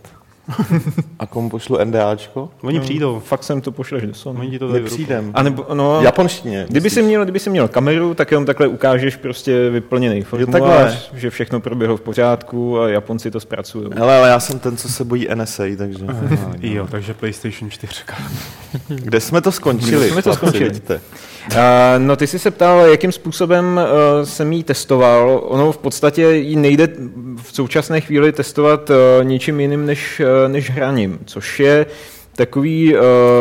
A komu pošlu NDAčko? Oni no, přijdou. Fakt sem to pošleš do Sony. Oni ti to nepřijdem. A nebo, no, japonštině. Kdyby si, měl, kdyby si měl kameru, tak jenom takhle ukážeš prostě vyplněný formulář, že všechno proběhlo v pořádku a Japonci to zpracují. Hele, ale já jsem ten, co se bojí N S A, takže... Jo, takže PlayStation čtyři. Kde jsme to skončili? Kde jsme to skončili? Uh, no ty jsi se ptal, jakým způsobem uh, jsem jí testoval. Ono v podstatě jí nejde v současné chvíli testovat uh, ničím jiným než, uh, než hraním, což je takový uh,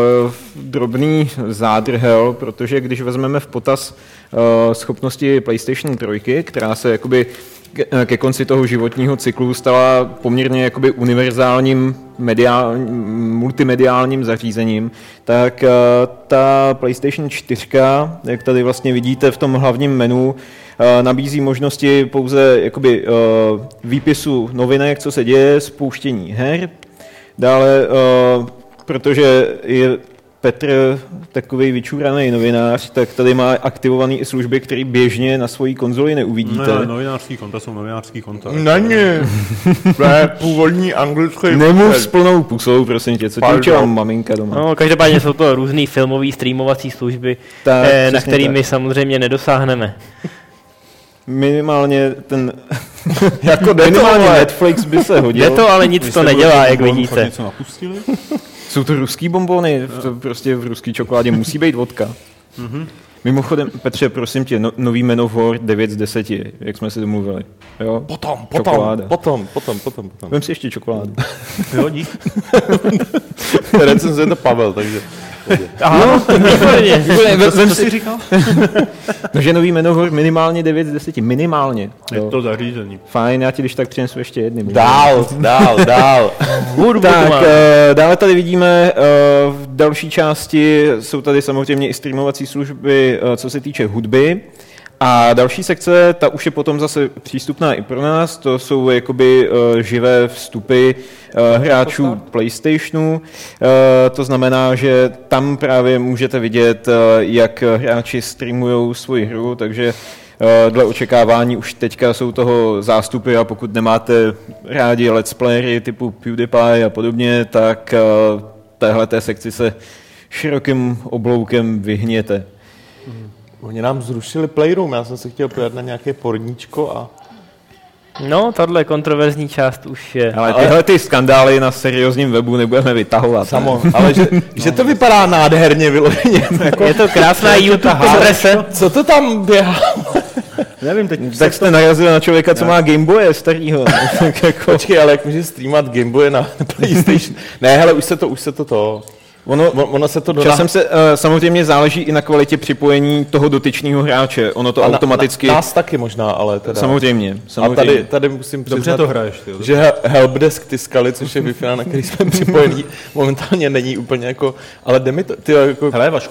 drobný zádrhel, protože když vezmeme v potaz uh, schopnosti PlayStation tři, která se jakoby ke, ke konci toho životního cyklu stala poměrně jakoby univerzálním mediál, multimediálním zařízením, tak uh, ta PlayStation čtyři, jak tady vlastně vidíte v tom hlavním menu, uh, nabízí možnosti pouze jakoby, uh, výpisu novinek, co se děje, spouštění her. Dále, uh, protože je Petr takovej vyčúraný novinář, tak tady má aktivovaný i služby, které běžně na svoji konzoli neuvidíte. Ne, novinářský konta jsou novinářský konta. Není. Ne, původní anglický. Nemluv s plnou pusou, prosím tě, co ti učila maminka doma. No, každopádně jsou to různý filmový streamovací služby, tak, eh, na kterými tak samozřejmě nedosáhneme. Minimálně ten... jako minimálně Netflix by se hodil. Je to, ale nic to nedělá, jak vidíte. Něco napustili? Jsou to ruský bonbony, to prostě v ruský čokoládě musí být vodka. Mm-hmm. Mimochodem, Petře, prosím tě, no, nový Manowar devět z deseti, jak jsme si domluvili. Jo? Potom, potom, čokoláda. potom, potom, potom, potom. Vem si ještě čokoládu. Jo, dík. Recenzuje to Pavel, takže... Aha, výborně. Co jsi říkal? Takže nový Manowar minimálně devět z deseti, minimálně. Je to zařízení. Fajn, já ti když tak přinesu ještě jedny. Dál, dál, dál. Tak, uh, dále tady vidíme uh, v další části, jsou tady samozřejmě i streamovací služby, uh, co se týče hudby. A další sekce, ta už je potom zase přístupná i pro nás, to jsou jakoby uh, živé vstupy uh, hráčů PlayStationu, uh, to znamená, že tam právě můžete vidět, uh, jak hráči streamují svoji hru, takže uh, dle očekávání už teďka jsou toho zástupy a pokud nemáte rádi let's playery typu PewDiePie a podobně, tak uh, téhleté sekci se širokým obloukem vyhněte. Mm. Oni nám zrušili Playroom, já jsem se chtěl podívat na nějaké porníčko a... No, tahle kontroverzní část už je... Ale tyhle ty skandály na seriózním webu nebudeme vytahovat. Samo, ale že, že to vypadá nádherně vyloženě. Jako, je to krásná YouTube komprese. Co to tam běhá? Nevím, teď tak jste narazili na člověka, co ne. má Gameboye starýho. jako... Počkej, ale jak může streamat Gameboye na PlayStation? Ne, hele, už se to, už se to to... Ono, ono se to dodá... Časem se uh, samozřejmě záleží i na kvalitě připojení toho dotyčního hráče. Ono to a automaticky... Na, na, nás taky možná, ale teda... Samozřejmě. samozřejmě. A tady, tady musím přiznat, dobře to hraješ, ty, že helpdesk Tiskaly, což je Wi-Fi, na který jsme připojení, momentálně není úplně jako... Ale jde mi to... Ty, jako... Hele, Vašku,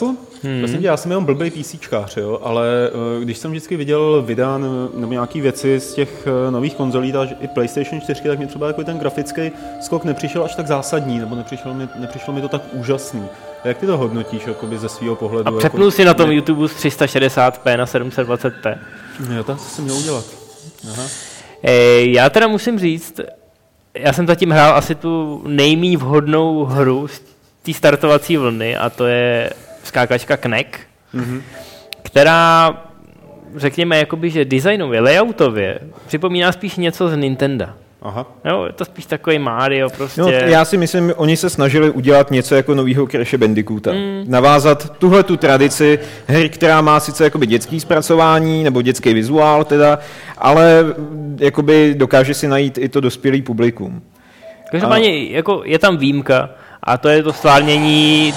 Hmm. Vlastně já jsem jenom blbej PCčkář, jo, ale uh, když jsem vždycky viděl videa nebo nějaký věci z těch uh, nových konzolí, takže i PlayStation čtyři, tak mi třeba jako ten grafický skok nepřišel až tak zásadní, nebo nepřišlo mi, nepřišlo mi to tak úžasný. A jak ty to hodnotíš jakoby, ze svého pohledu? A přepnul jako, si na tom ne... YouTube z tři sta šedesát pé na sedm set dvacet pé. Jo, tak to jsem měl udělat. Aha. E, já teda musím říct, já jsem zatím hrál asi tu nejméně vhodnou hru z té startovací vlny a to je skákačka Knack, mm-hmm. která, řekněme, jakoby, že designově, layoutově připomíná spíš něco z Nintendo. Aha. Jo, je to spíš takový Mario prostě. No, já si myslím, oni se snažili udělat něco jako novýho Crash Bandicoota. Mm. Navázat tuhle tu tradici hry, která má sice jakoby dětský zpracování nebo dětský vizuál teda, ale jakoby dokáže si najít i to dospělý publikum. Každopádně a... jako je tam výjimka a to je to stvárnění.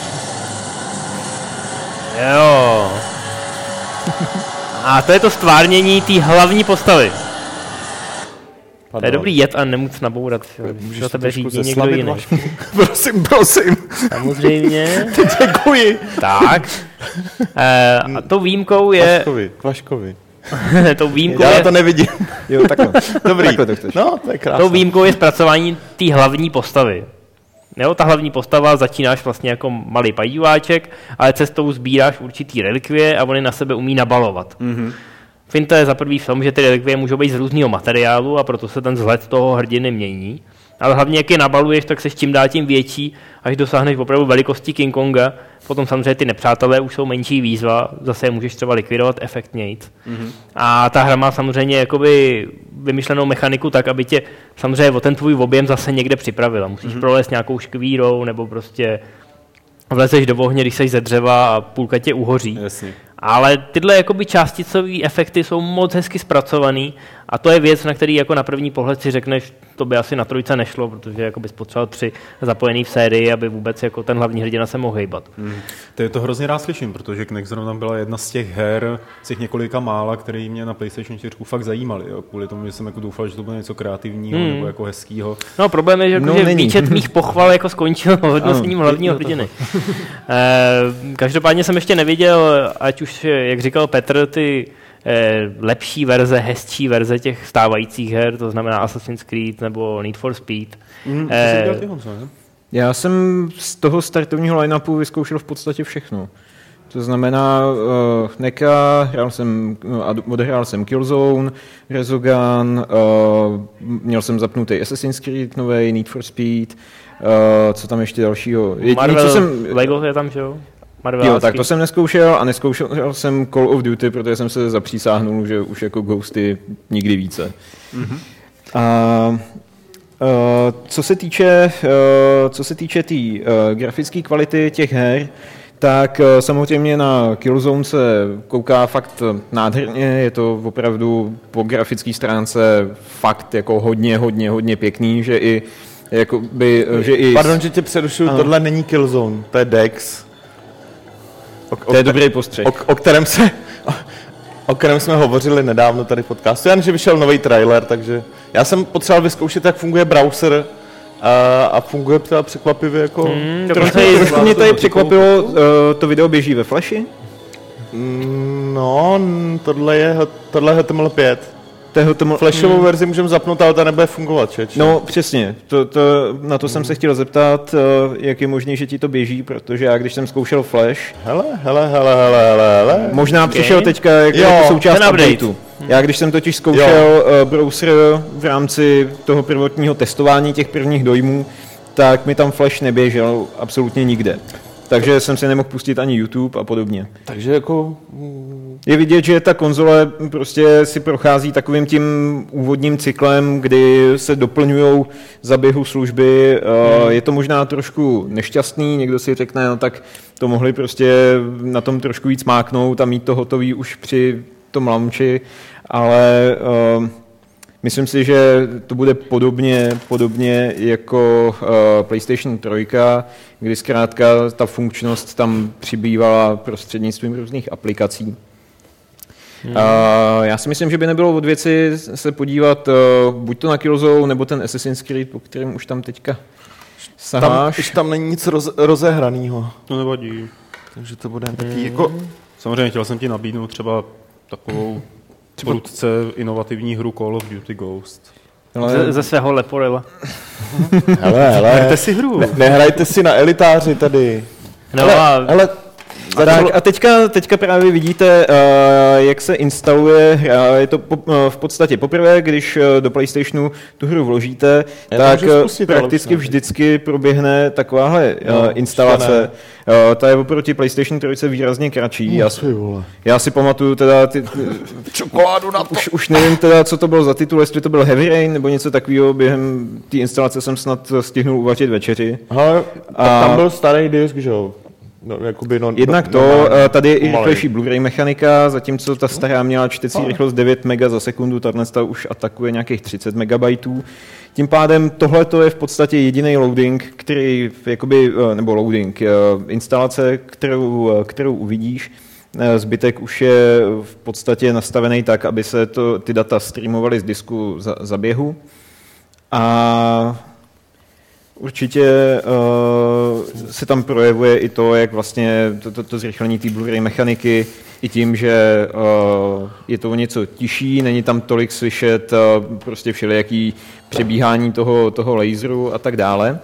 Jo. A to je to stvárnění té hlavní postavy. Pardon. To je dobrý jet a nemoc nabourat. Můžeš to tebe řídí někdo jiný. prosím, prosím. Samozřejmě. Děkuji. Tak. E, a tou výjimkou je... Kvaškovi, Kvaškovi. tou výjimkou Já je... to nevidím. Jo, takhle. Dobrý. Takhle to chceš. No, to je krásné. Tou výjimkou je zpracování té hlavní postavy. Jo, ta hlavní postava začínáš vlastně jako malý pajdíváček, ale cestou sbíráš určitý relikvie a oni na sebe umí nabalovat. Mm-hmm. Finta je za prvý v tom, že ty relikvie můžou být z různého materiálu a proto se ten vzhled toho hrdiny mění. Ale hlavně, jak je nabaluješ, tak seš čím dál tím větší, až dosáhneš opravdu velikosti King Konga. Potom samozřejmě ty nepřátelé už jsou menší výzva, zase je můžeš třeba likvidovat efektnějc. Mm-hmm. A ta hra má samozřejmě jakoby vymyšlenou mechaniku tak, aby tě samozřejmě o ten tvůj objem zase někde připravila. Musíš mm-hmm. prolézt nějakou škvírou nebo prostě vlezeš do ohně, když seš ze dřeva a půlka tě uhoří. Jasně. Ale tyhle jakoby částicové efekty jsou moc hezky zpracovaný a to je věc, na který jako na první pohled si řekneš, to by asi na trojce nešlo, protože jako bys potřeboval tři zapojený v sérii, aby vůbec jako ten hlavní hrdina se mohl hejbat. Hmm. To je to hrozně rád slyším, protože Knack zrovna byla jedna z těch her, z těch několika mála, které mě na PlayStation čtyři fakt zajímaly. Jo. Kvůli tomu, že jsem jako doufal, že to bude něco kreativního hmm. nebo jako hezkýho. No problém je, že, jako, no, že výčet mých pochval jako skončil hodnocením hlavního hrdiny. Každopádně jsem ještě neviděl, ať už, jak říkal Petr, ty lepší verze, hezčí verze těch stávajících her, to znamená Assassin's Creed nebo Need for Speed. Mm, eh, ty, Honzo, ne? Já jsem z toho startovního line-upu vyzkoušel v podstatě všechno. To znamená uh, Knacka, hrál jsem, uh, odehrál jsem Killzone, Resogun, uh, měl jsem zapnutý Assassin's Creed novej, Need for Speed, uh, co tam ještě dalšího. Jediný, Marvel, co jsem, Lego je tam, že jo? Jo, tak to jsem neskoušel a neskoušel jsem Call of Duty, protože jsem se zapřísáhnul, že už jako Ghosty nikdy více. Mm-hmm. A uh, co se týče uh, co se týče té tý, uh, grafické kvality těch her, tak uh, samozřejmě na Killzone se kouká fakt nádherně, je to opravdu po grafické stránce fakt jako hodně, hodně, hodně pěkný, že i jakoby, že i... Pardon, že tě přerušuju, tohle není Killzone, to je Dex. O, to je o, dobrý postřeh. O, o, kterém se, o, o kterém jsme hovořili nedávno tady v podcastu. Jen, že vyšel nový trailer, takže já jsem potřeboval vyzkoušet, jak funguje browser a, a funguje teda překvapivě jako... Mm, trošku mě tady překvapilo, uh, to video běží ve Flashi? Mm, no, tohle je, tohle je H T M L pět. Tomu... Flashovou hmm. verzi můžeme zapnout, ale ta nebude fungovat, čeč. No, přesně. To, to, na to hmm. jsem se chtěl zeptat, jak je možné, že ti to běží, protože já, když jsem zkoušel Flash... Hele, hele, hele, hele, hele, hele. Možná okay. přišel teďka jako, jo, jako součást updateu. Hmm. Já, když jsem totiž zkoušel jo. browser v rámci toho prvotního testování těch prvních dojmů, tak mi tam Flash neběžel absolutně nikde. Takže jsem si nemohl pustit ani YouTube a podobně. Takže jako... Je vidět, že ta konzole prostě si prochází takovým tím úvodním cyklem, kdy se doplňujou za běhu služby. Hmm. Je to možná trošku nešťastný, někdo si řekne, no tak to mohli prostě na tom trošku víc máknout a mít to hotový už při tom launchi, ale... Uh, myslím si, že to bude podobně, podobně jako uh, PlayStation tři, kdy zkrátka ta funkčnost tam přibývala prostřednictvím různých aplikací. Hmm. Uh, já si myslím, že by nebylo od věci se podívat uh, buď to na Killzone, nebo ten Assassin's Creed, po kterém už tam teďka saháš. Tam, už tam není nic roz, rozehranýho. To nevadí. Takže to bude taky jako... Samozřejmě chtěl jsem ti nabídnout třeba takovou prudce inovativní hru Call of Duty Ghost. Ze, ze svého Leporela. Hele, hele. Hrajte si hru. Ne, nehrajte si na elitáři tady. No hele, a... hele, Tak a teďka, teďka právě vidíte, uh, jak se instaluje hra. Je to po, uh, v podstatě poprvé, když uh, do PlayStationu tu hru vložíte, Já tak to můžu spustit, prakticky ale vždycky proběhne takováhle uh, No, instalace. Uh, ta je oproti PlayStation tři výrazně kratší. Já, ty vole. já si pamatuju teda ty, Čokoládu na to. už, už nevím teda, co to bylo za titul, jestli to byl Heavy Rain nebo něco takového. Během té instalace jsem snad stihnul uvařit večeři. Hele, A- tam byl starý disk, že jo? No, jakoby no, Jednak to, normální. eh, tady je i Malej. rychlejší Blu-ray mechanika, zatímco ta stará měla čtecí rychlost devět mega za sekundu, tahle ta už atakuje nějakých třicet megabajtů. Tím pádem tohle je v podstatě jediný loading, který, jakoby, eh, nebo loading, eh, instalace, kterou, eh, kterou uvidíš. Eh, Zbytek už je v podstatě nastavený tak, aby se to, ty data streamovaly z disku za, za běhu. A určitě uh, se tam projevuje i to, jak vlastně to, to, to zrychlení té Blu-ray mechaniky, i tím, že uh, je to o něco tižší, není tam tolik slyšet uh, prostě všelijaký přebíhání toho, toho laseru a tak dále.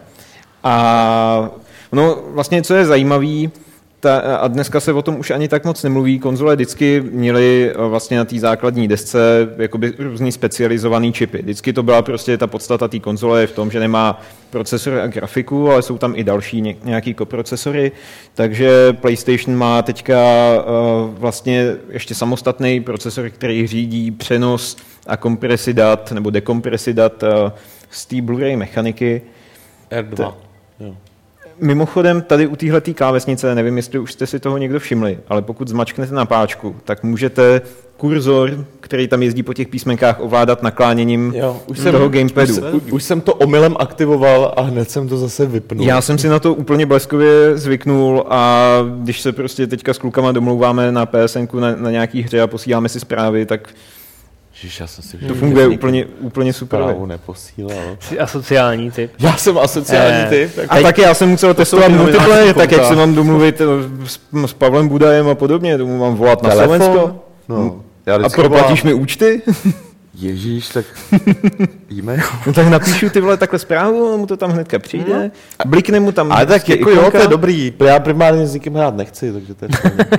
A no, vlastně, co je zajímavé, ta, a dneska se o tom už ani tak moc nemluví, konzole vždycky měly vlastně na té základní desce jakoby různý specializovaný čipy. Vždycky to byla prostě ta podstata té konzole v tom, že nemá procesor a grafiku, ale jsou tam i další nějaký koprocesory, takže PlayStation má teďka uh, vlastně ještě samostatný procesor, který řídí přenos a kompresi dat nebo dekompresi dat uh, z té Blu-ray mechaniky. R dva. Jo. Mimochodem, tady u téhletý klávesnice, nevím, jestli už jste si toho někdo všimli, ale pokud zmačknete na páčku, tak můžete kurzor, který tam jezdí po těch písmenkách, ovládat nakláněním Jo, už toho jsem, gamepadu. Už, jsem- už jsem to omylem aktivoval a hned jsem to zase vypnul. Já jsem si na to úplně bleskově zvyknul a když se prostě teďka s klukama domlouváme na P S N ku na, na nějaký hře a posíláme si zprávy, tak Ježiš, já jsem si to funguje úplně, úplně super. zprávu neposílal. Jsi asociální typ. Já jsem asociální Eh, typ. Tak A taky já jsem musel testovat jsou ty multiplayer, novinářské tak jak konta. se mám domluvit eh, s, s Pavlem Budajem a podobně, tomu mám volat na Telefon? Slovensko. No, já A vždycky proplatíš volám, mi účty? Ježíš, tak e-mail. No tak napíšu ty vole takhle zprávu, mu to tam hnedka přijde, blikne mu tam... Ale tak prostě jako jo, ikonka. to je dobrý. Já primárně s nikým hrát nechci, takže to je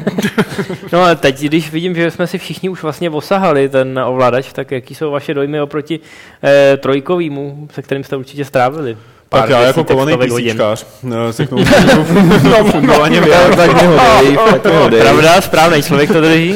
No a teď, když vidím, že jsme si všichni už vlastně osahali ten ovladač, tak jaký jsou vaše dojmy oproti eh, trojkovýmu, se kterým jste určitě strávili? Tak já jako desítek, kovaný stovek hodin. písíčkář eh, se k tomu no, fundovaně Já vyjádřím. tak mě ho dej, tak mě ho dej. Pravda, správný člověk to drží.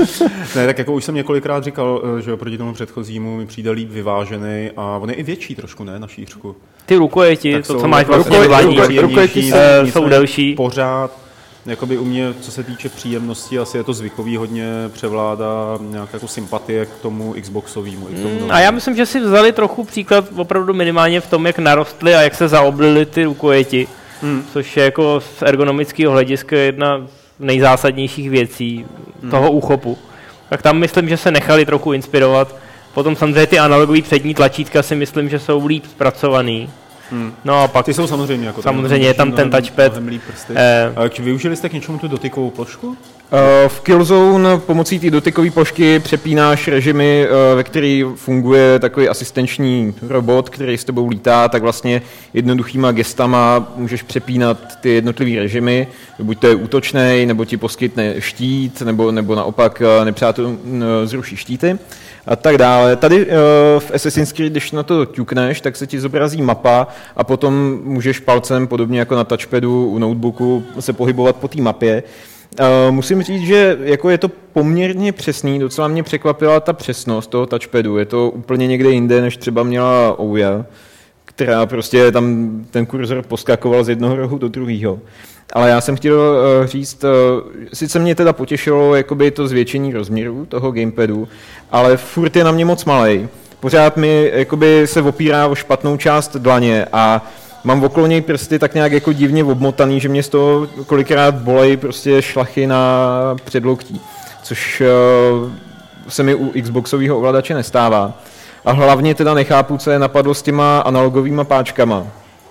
Ne, tak jako už jsem několikrát říkal, eh, že oproti tomu předchozímu mi přijde líp vyvážený a on je i větší trošku, ne, na šířku. Ty rukojeti, Tak to, jsou co máš jako vlastně ruko- vládní, ruko- rukojeti jsou- eh, jsou nicméně delší. Pořád, jakoby u mě, co se týče příjemnosti, asi je to zvykový, hodně převládá nějaká jako sympatie k tomu Xboxovému. i k tomu Mm, novému. A já myslím, že si vzali trochu příklad opravdu minimálně v tom, jak narostly a jak se zaoblily ty rukojeti, Hmm. což je jako z ergonomického hlediska jedna z nejzásadnějších věcí toho úchopu. Tak tam myslím, že se nechali trochu inspirovat. Potom samozřejmě ty analogové přední tlačítka si myslím, že jsou líp zpracovaný. Hmm. No a pak Ty jsou samozřejmě jako Samozřejmě je tam ten mnohem- touchpad. mnohem líp prsty. Eh, A či využili jste k něčemu tu dotykovou plošku? Uh, v Killzone pomocí té dotykové plošky přepínáš režimy, uh, ve který funguje takový asistenční robot, který s tebou lítá, tak vlastně jednoduchýma gestama můžeš přepínat ty jednotlivé režimy, buď to je útočnej, nebo ti poskytne štít, nebo, nebo naopak uh, nepřátelům uh, zruší štíty a tak dále. Tady uh, v Assassin's Creed, když na to ťukneš, tak se ti zobrazí mapa a potom můžeš palcem, podobně jako na touchpadu u notebooku, se pohybovat po té mapě. Uh, musím říct, že jako je to poměrně přesný, docela mě překvapila ta přesnost toho touchpadu. Je to úplně někde jinde, než třeba měla Ouya, která prostě tam ten kurzor poskakoval z jednoho rohu do druhého. Ale já jsem chtěl uh, říct, uh, sice mě teda potěšilo jakoby to zvětšení rozměru toho gamepadu, ale furt je na mě moc malej. Pořád mi jakoby se opírá o špatnou část dlaně a mám okolo něj prsty tak nějak jako divně obmotaný, že mě z toho kolikrát bolej prostě šlachy na předloktí, což uh, se mi u Xboxového ovladače nestává. A hlavně teda nechápu, co je napadlo s těma analogovýma páčkama,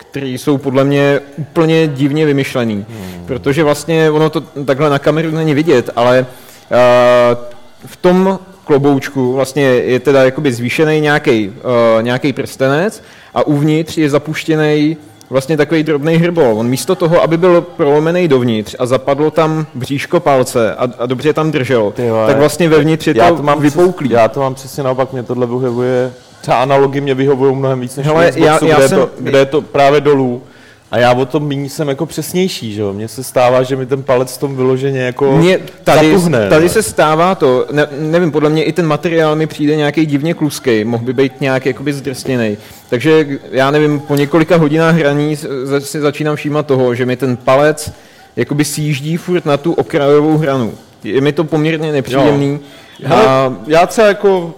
které jsou podle mě úplně divně vymyšlený. Hmm. Protože vlastně ono to takhle na kameru není vidět, ale uh, v tom kloboučku vlastně je teda jakoby zvýšený nějaký uh, nějaký prstenec a uvnitř je zapuštěný vlastně takový drobný hrbol. On místo toho, aby byl prolomený dovnitř a zapadlo tam bříško palce a, a dobře tam drželo, Tyhle. tak vlastně vevnitř je to, to mám vypouklý. Já to mám přesně naopak, mě tohle vyhovuje, třeba analogy mě vyhovují mnohem víc než Hele, Xboxu, já, já kde, jsem, je to, kde je to právě dolů. A já o tom míň jsem jako přesnější, že jo? Mně se stává, že mi ten palec v tom vyloženě jako Mě tady, zatuhne. Tady se stává to, ne, nevím, podle mě i ten materiál mi přijde nějaký divně kluský, mohl by být nějak jakoby zdrsněnej. Takže já nevím, po několika hodinách hraní si začínám všímat toho, že mi ten palec jakoby sjíždí furt na tu okrajovou hranu. Je mi to poměrně nepříjemný. Hele, a já třeba jako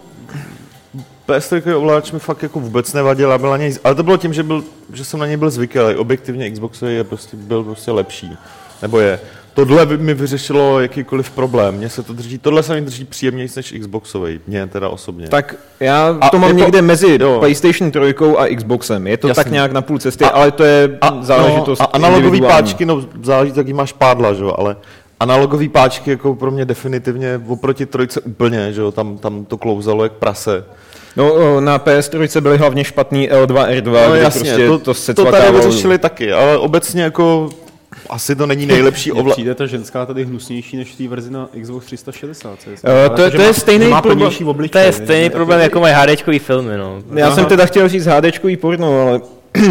P S tři ovladač mi fakt jako vůbec nevadil, a byl na něj, ale to bylo tím, že, byl, že jsem na něj byl zvyklý. Objektivně Xboxový je prostě, byl prostě lepší. Nebo je. Tohle by mi vyřešilo jakýkoliv problém. Mně se to drží, tohle se mi drží příjemnější než Xboxový. Mně teda osobně. Tak já a to mám jako, někde mezi jo. PlayStation tři a Xboxem. Je to Jasný. tak nějak na půl cesty, a, ale to je a, záležitost no, a analogový páčky, no záleží, jaký máš pádla, že jo, ale analogový páčky jako pro mě definitivně oproti trojce úplně, že jo, tam, tam to klouzalo jak prase. No, na P S tři byly hlavně špatný L dva R dva, no, kde jasně, prostě to, to se to tady vyřešili taky, ale obecně jako asi to není nejlepší ovladač. Přijde ta ženská tady hnusnější než v té verzi na Xbox tři sta šedesát. Uh, to, to je stejný problém, obličej, to je stejný problém, jako mají HDčkový filmy. No. Já Aha. jsem teda chtěl říct HDčkový porno, ale...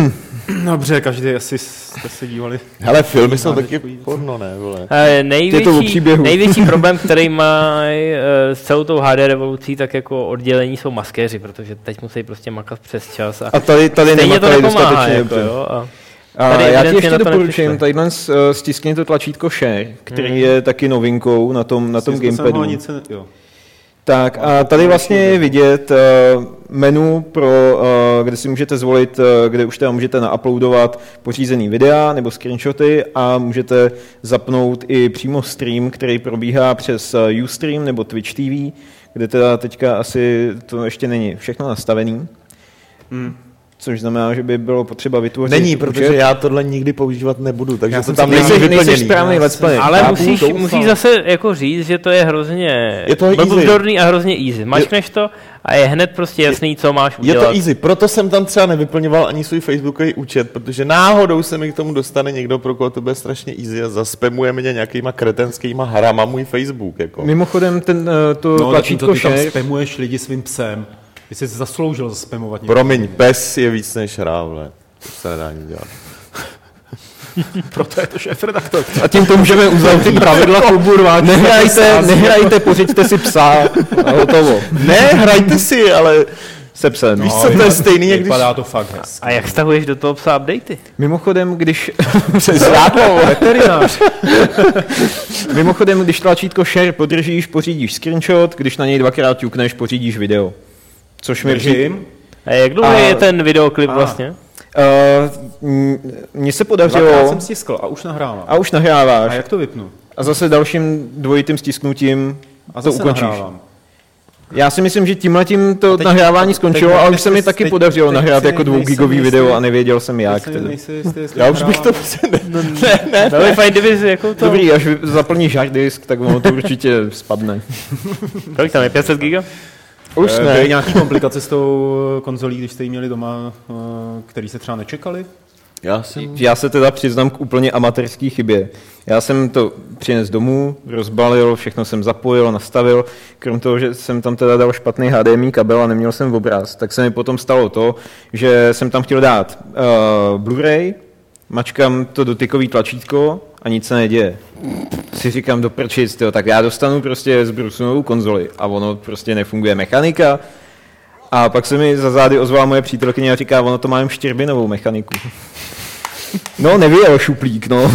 Dobře, každý asi jste se dívali. Hele, filmy jsou taky porno, ne, vole. E, největší, největší problém, který mají e, s celou tou H D revolucí, tak jako oddělení jsou maskéři, protože teď musí prostě makat přes čas. A, a tady, tady nemakali dostatečně jako, jo, a a já ti ještě doporučím, tadyhle stiskni to tlačítko Share, který hmm. je taky novinkou na tom, na tom gamepadu. Nic, jo. Tak a tady vlastně je vidět uh, menu, pro, uh, kde si můžete zvolit, uh, kde už teda můžete nauploadovat pořízený videa nebo screenshoty a můžete zapnout i přímo stream, který probíhá přes uh, Ustream nebo Twitch T V, kde teda teďka asi to ještě není všechno nastavený. Hmm. Což znamená, že by bylo potřeba vytvořit... Není, protože já tohle nikdy používat nebudu, takže to tam není vyplněný. správný let's play. Ale já musíš, musíš zase jako říct, že to je hrozně blbzdorný a hrozně easy. Mačkneš to a je hned prostě jasný, co máš udělat. Je to easy, proto jsem tam třeba nevyplňoval ani svůj facebookový účet, protože náhodou se mi k tomu dostane někdo, pro koho to bude strašně easy a zaspamuje mě nějakýma kretenskýma hrama můj Facebook. Jako. Mimochodem ten, to no, tlačítko ty share... tam spamuješ lidi svým psem. Ty jsi zasloužil zaspamovat něco. Promiň, pes je víc než hra, vle. To se nedá nic dělat. Proto je to šéfredaktor. A tím to můžeme uzavřít pravidla klubu rváčů. Nehrajte, nehrajte, pořiďte si psa a hotovo. Ne, hrajte si, ale se psem. Víš co, to je stejný, jak když... Vypadá to fakt hezky. A jak stahuješ do toho psa updatey? Mimochodem, když... Přes žádnou, veterinář. Mimochodem, když tlačítko share podržíš, pořídíš screenshot, když na něj dvakrát ťukneš, pořídíš video. Což mi přijde... A jak dlouho a... je ten videoklip a... vlastně? Uh, mně se podařilo... Dvakrát jsem stiskl a už nahrávám. A už nahráváš. A jak to vypnu? A zase dalším dvojitým stisknutím a to ukončíš. Nahrávám. Já si myslím, že tímhletím to teď, nahrávání skončilo, ale už se mi taky teď, podařilo teď, nahrát teď, jako dvougigový video a nevěděl jsem jak. Nejsi, já už bych to... No, ne, ne, ne. Fajn, kdyby jako to... Dobrý, až zaplníš hard disk, tak ono to určitě spadne. Kolik tam je, pět set giga? Už ne. Byly nějaké komplikace s tou konzolí, když jste ji měli doma, který se třeba nečekali? Já, jsem... Já se teda přiznám k úplně amatérské chybě. Já jsem to přinesl domů, rozbalil, všechno jsem zapojil, nastavil. Krom toho, že jsem tam teda dal špatný H D M I kabel a neměl jsem obraz, tak se mi potom stalo to, že jsem tam chtěl dát uh, Blu-ray, mačkám to dotykový tlačítko a nic se neděje. Si říkám do prčic, tyjo, tak já dostanu prostě zbrusunovou konzoli a ono prostě nefunguje mechanika. A pak se mi za zády ozvala moje přítelkyně a říká, ono to má jen štěrbinovou mechaniku. No, nevyjel šuplík, no.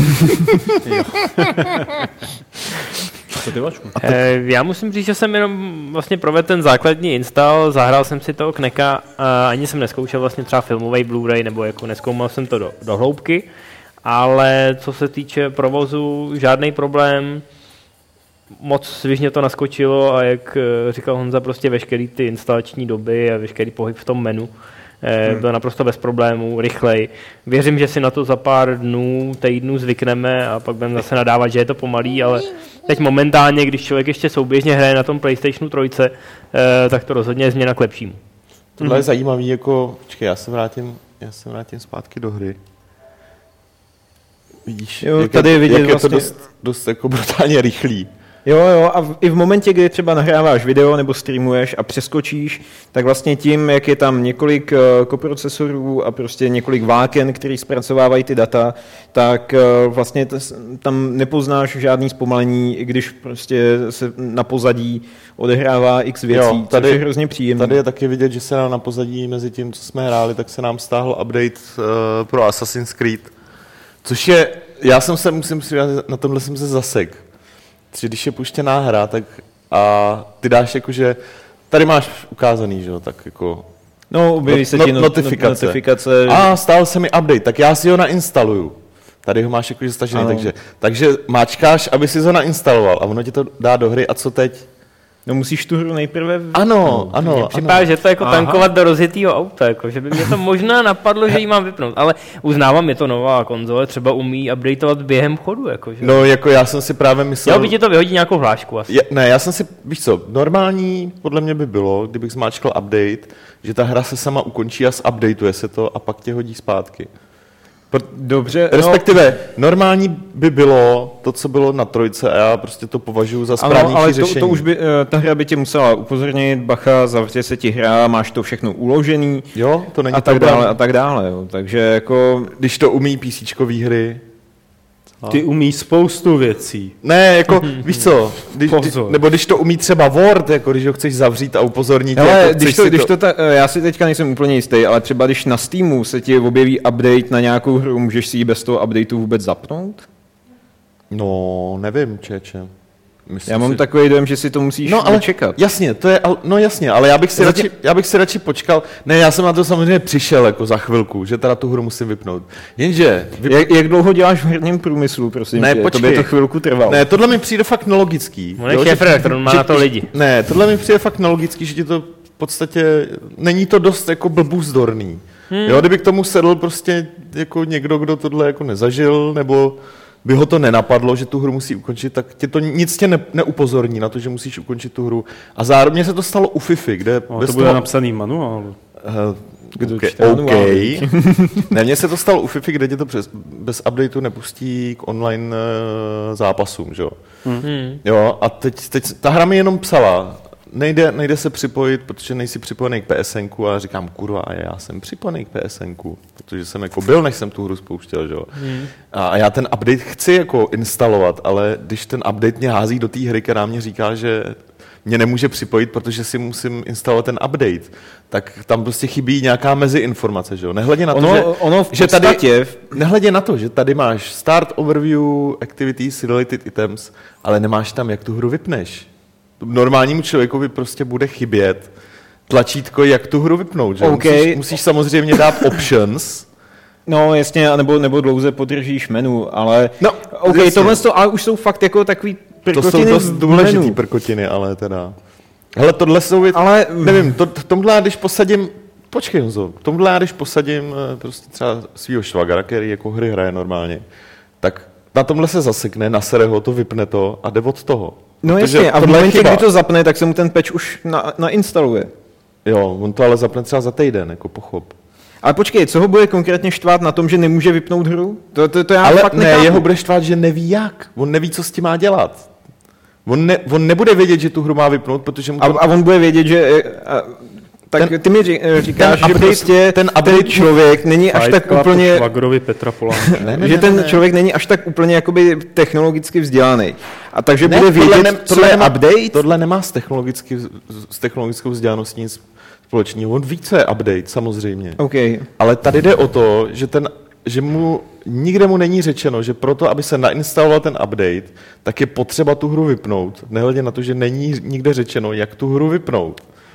Co ty, Vašku? E, já musím říct, že jsem jenom vlastně provedl ten základní install, zahrál jsem si toho Kneka a ani jsem neskoušel vlastně třeba filmový Blu-ray, nebo jako neskoumal jsem to do, do hloubky, ale co se týče provozu, žádný problém, moc svižně to naskočilo a jak říkal Honza, prostě veškerý ty instalační doby a veškerý pohyb v tom menu Hmm. Byl naprosto bez problémů, rychlej. Věřím, že si na to za pár dnů, týdnů zvykneme a pak budeme zase nadávat, že je to pomalý, ale teď momentálně, když člověk ještě souběžně hraje na tom PlayStationu tři, tak to rozhodně je změna k lepšímu. Tohle je zajímavý, jako, počkej, já se vrátím, já se vrátím zpátky do hry. Vidíš, jo, jak, tady je vidět jak vlastně... je to dost, dost jako brutálně rychlý. Jo, jo, a v, i v momentě, kdy třeba nahráváš video nebo streamuješ a přeskočíš, tak vlastně tím, jak je tam několik uh, koprocesorů a prostě několik vláken, který zpracovávají ty data, tak uh, vlastně t- tam nepoznáš žádný zpomalení, i když prostě se na pozadí odehrává x věcí, jo, tady, což je hrozně příjemné. Tady je taky vidět, že se nám na pozadí mezi tím, co jsme hráli, tak se nám stáhl update uh, pro Assassin's Creed, což je, já jsem se, musím si, na tomhle jsem se zasek. Že když je puštěná hra, tak a ty dáš jakože, tady máš ukázaný, že jo, tak jako... No, objeví se no, ti not, notifikace. notifikace. A stál se mi update, tak já si ho nainstaluju. Tady ho máš jakože stažený, takže, takže máčkáš, aby si ho nainstaloval a ono ti to dá do hry a co teď? No musíš tu hru nejprve... Ano, no, ano. Mně připadá, že to jako Aha. tankovat do rozjetýho auta, jako, že by mě to možná napadlo, že ji mám vypnout, ale uznávám, je to nová konzole, třeba umí updateovat během chodu. Jako, že? No, jako já jsem si právě myslel... Jo, by ti to vyhodí nějakou hlášku asi. Je, ne, já jsem si, víš co, normální podle mě by bylo, kdybych zmáčkal update, že ta hra se sama ukončí a zupdateuje se to a pak tě hodí zpátky. Dobře. Respektive no, normální by bylo to, co bylo na trojce a já prostě to považuji za správnější ale řešení. To, to už by, ta hra by tě musela upozornit, bacha, zavře se ti hra, máš to všechno uložený. Jo, to není a tak dále a tak dále. Jo. Takže jako... Když to umí PCčkový hry. Ty umí spoustu věcí. Ne, jako, víš co, když, nebo když to umí třeba Word, jako když ho chceš zavřít a upozornit. Ale jako, když to, to... když to ta, já si teďka nejsem úplně jistý, ale třeba když na Steamu se ti objeví update na nějakou hru, můžeš si ji bez toho updateu vůbec zapnout? No, nevím, čeče. Myslím já mám si... takový dojem, že si to musíš no, ale čekat. Jasně, to je, no jasně, ale já bych, si Zatím... radši, já bych si radši počkal. Ne, já jsem na to samozřejmě přišel jako za chvilku, že teda tu hru musím vypnout. Jenže... Vyp... Jak, jak dlouho děláš v herním průmyslu, prosím ne, tě? Tobě to chvilku trvalo. Ne, tohle mi přijde fakt nelogický. On je šéfredaktor, on má na to lidi. Ne, tohle mi přijde fakt nelogický, že ti to v podstatě, není to dost jako blbůzdorný. Hmm. Jo, kdyby k tomu sedl prostě jako někdo, kdo tohle jako nezažil, nebo by ho to nenapadlo, že tu hru musí ukončit, tak tě to nic tě ne, neupozorní na to, že musíš ukončit tu hru. A zároveň se to stalo u FIFA, kde... No, to bude toho... napsaný manuál. Uh, Kdo okay, okay. Ne, mně se to stalo u FIFA, kde tě to přes, bez updateu nepustí k online uh, zápasům, že jo. Hmm. Jo, a teď, teď ta hra mi jenom psala, nejde, nejde se připojit, protože nejsi připojený k P S N ku, a říkám, kurva, já jsem připojený k P S N ku, protože jsem jako byl, než jsem tu hru spouštěl, že jo. Hmm. A já ten update chci jako instalovat, ale když ten update mě hází do té hry, která mě říká, že mě nemůže připojit, protože si musím instalovat ten update, tak tam prostě chybí nějaká meziinformace, že jo? Nehledě na to, ono, že, ono v že tady, podstatě... nehledě na to, že tady máš start overview, activities, related items, ale nemáš tam, jak tu hru vypneš. Normálnímu člověkovi prostě bude chybět tlačítko, jak tu hru vypnout, že? Okay. Musíš, musíš samozřejmě dát options. No jasně, nebo, nebo dlouze podržíš menu, ale... No, OK, tohle to, ale už jsou fakt jako takový to jsou dost důležitý prkotiny, ale teda... Hele, tohle jsou věc... Ale... Nevím, to, tomhle já když posadím... Počkej, Honzo, tomhle já když posadím prostě třeba svýho švagra, který jako hry hraje normálně, tak na tomhle se zasekne, nasere ho, to vypne to a jde od toho. No jasně, a v momentě, kdy to zapne, tak se mu ten patch už na, nainstaluje. Jo, on to ale zapne třeba za týden, jako pochop. Ale počkej, co ho bude konkrétně štvát na tom, že nemůže vypnout hru? To, to, to já ale fakt ne, nechápu. jeho bude štvát, že neví jak. On neví, co s tím má dělat. On, ne, on nebude vědět, že tu hru má vypnout, protože mu to... A, a on bude vědět, že... A, tak ten, ty mi říkáš, že update, prostě ten, ten člověk není až tak úplně... Švagrovi Petra Polánka. ne, ne, že ten ne, ne. člověk není až tak úplně jakoby technologicky vzdělaný. A takže ne, bude vědět, ne, co je update? Tohle nemá s, technologicky, s technologickou vzdělaností nic společného. On ví, co je update, samozřejmě. Okay. Ale tady jde o to, že, ten, že mu nikde mu není řečeno, že proto, aby se nainstaloval ten update, tak je potřeba tu hru vypnout. Nehledě na to, že není nikde řečeno, jak tu hru vypnout.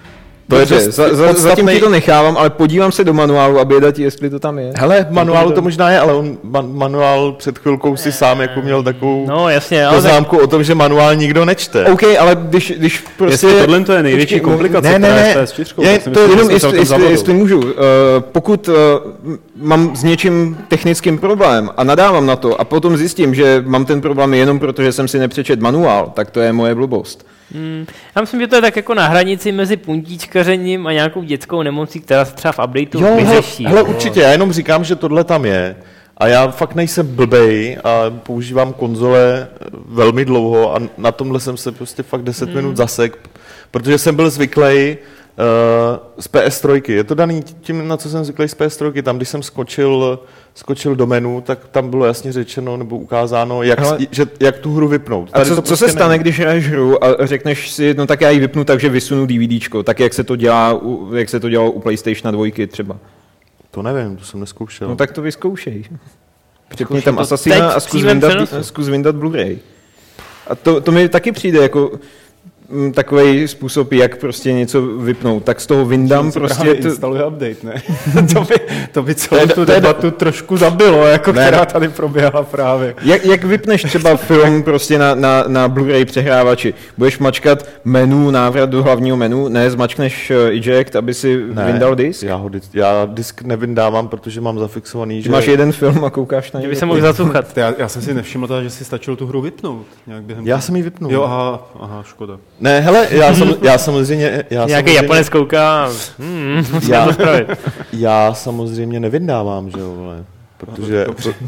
To je Dobře, dost za, za, podstatnej- zatím ti to nechávám, ale podívám se do manuálu a bědat, jestli to tam je. Hele, v manuálu to možná je, ale on man, manuál před chvilkou si sám jako měl takovou No jasně, ale tak, poznámku o tom, že manuál nikdo nečte. OK, ale když, když prostě... Jestli tohle to je největší Počkej, komplikace, ne, ne, která je ne. s P S čtyři, Je- tak si to myslím, že Jenom jsme jestli, celkem jestli, zavodou. jestli můžu, uh, pokud uh, mám s něčím technickým problém a nadávám na to a potom zjistím, že mám ten problém jenom proto, že jsem si nepřečet manuál, tak to je moje blbost. hmm, já myslím, že to je tak jako na hranici mezi puntíčkařením a nějakou dětskou nemocí, která se třeba v updateu Jo, hele, vyřeší. hele, jo. určitě, já jenom říkám, že tohle tam je. A já fakt nejsem blbej a používám konzole velmi dlouho a na tomhle jsem se prostě fakt deset minut zasek, protože jsem byl zvyklý uh, z P S tři. Je to daný tím, na co jsem zvyklý z P S tři. Tam, když jsem skočil, skočil do menu, tak tam bylo jasně řečeno nebo ukázáno, jak, Hele. že, jak tu hru vypnout. A Tady co, to co prostě se stane, není. když hraješ hru a řekneš si, no tak já ji vypnu tak, že vysunu DVDčko, tak jak se to dělá, u, jak se to dělalo u PlayStation dvojky třeba. To nevím, to jsem neskoušel. No tak to vyzkoušej. Přepni Zkouším tam to Assassina teď a v zkus přímém vyndat, přenosu. zkus vyndat Blu-ray. A to, to mi taky přijde jako mm, takový způsob, jak prostě něco vypnout. Tak z toho vyndám Si prostě... právě To, instaluje update, ne? to, by, to by celou To je- tu to je- debatu trošku zabilo, jako Ne. která tady proběhla právě. jak, jak vypneš třeba film prostě na, na, na Blu-ray přehrávači? Budeš mačkat menu, návrat do hlavního menu? Ne, zmačkneš eh, eject, aby si vyndal disk? Já, ho, dis- já disk nevyndávám, protože mám zafixovaný, že... Máš jeden film a koukáš na Že něj. by se mohl zacuchat. Já, já jsem si nevšiml, teda, že si stačilo tu hru vypnout. Nějak během Já jsem ji vypnul. Jo, aha, aha, škoda. Ne, hele, já, jsem, já samozřejmě... Já Nějaký samozřejmě, Japonec kouká, hmm, musím Já- to spravit. Já samozřejmě nevyndávám, že jo, vole. Protože...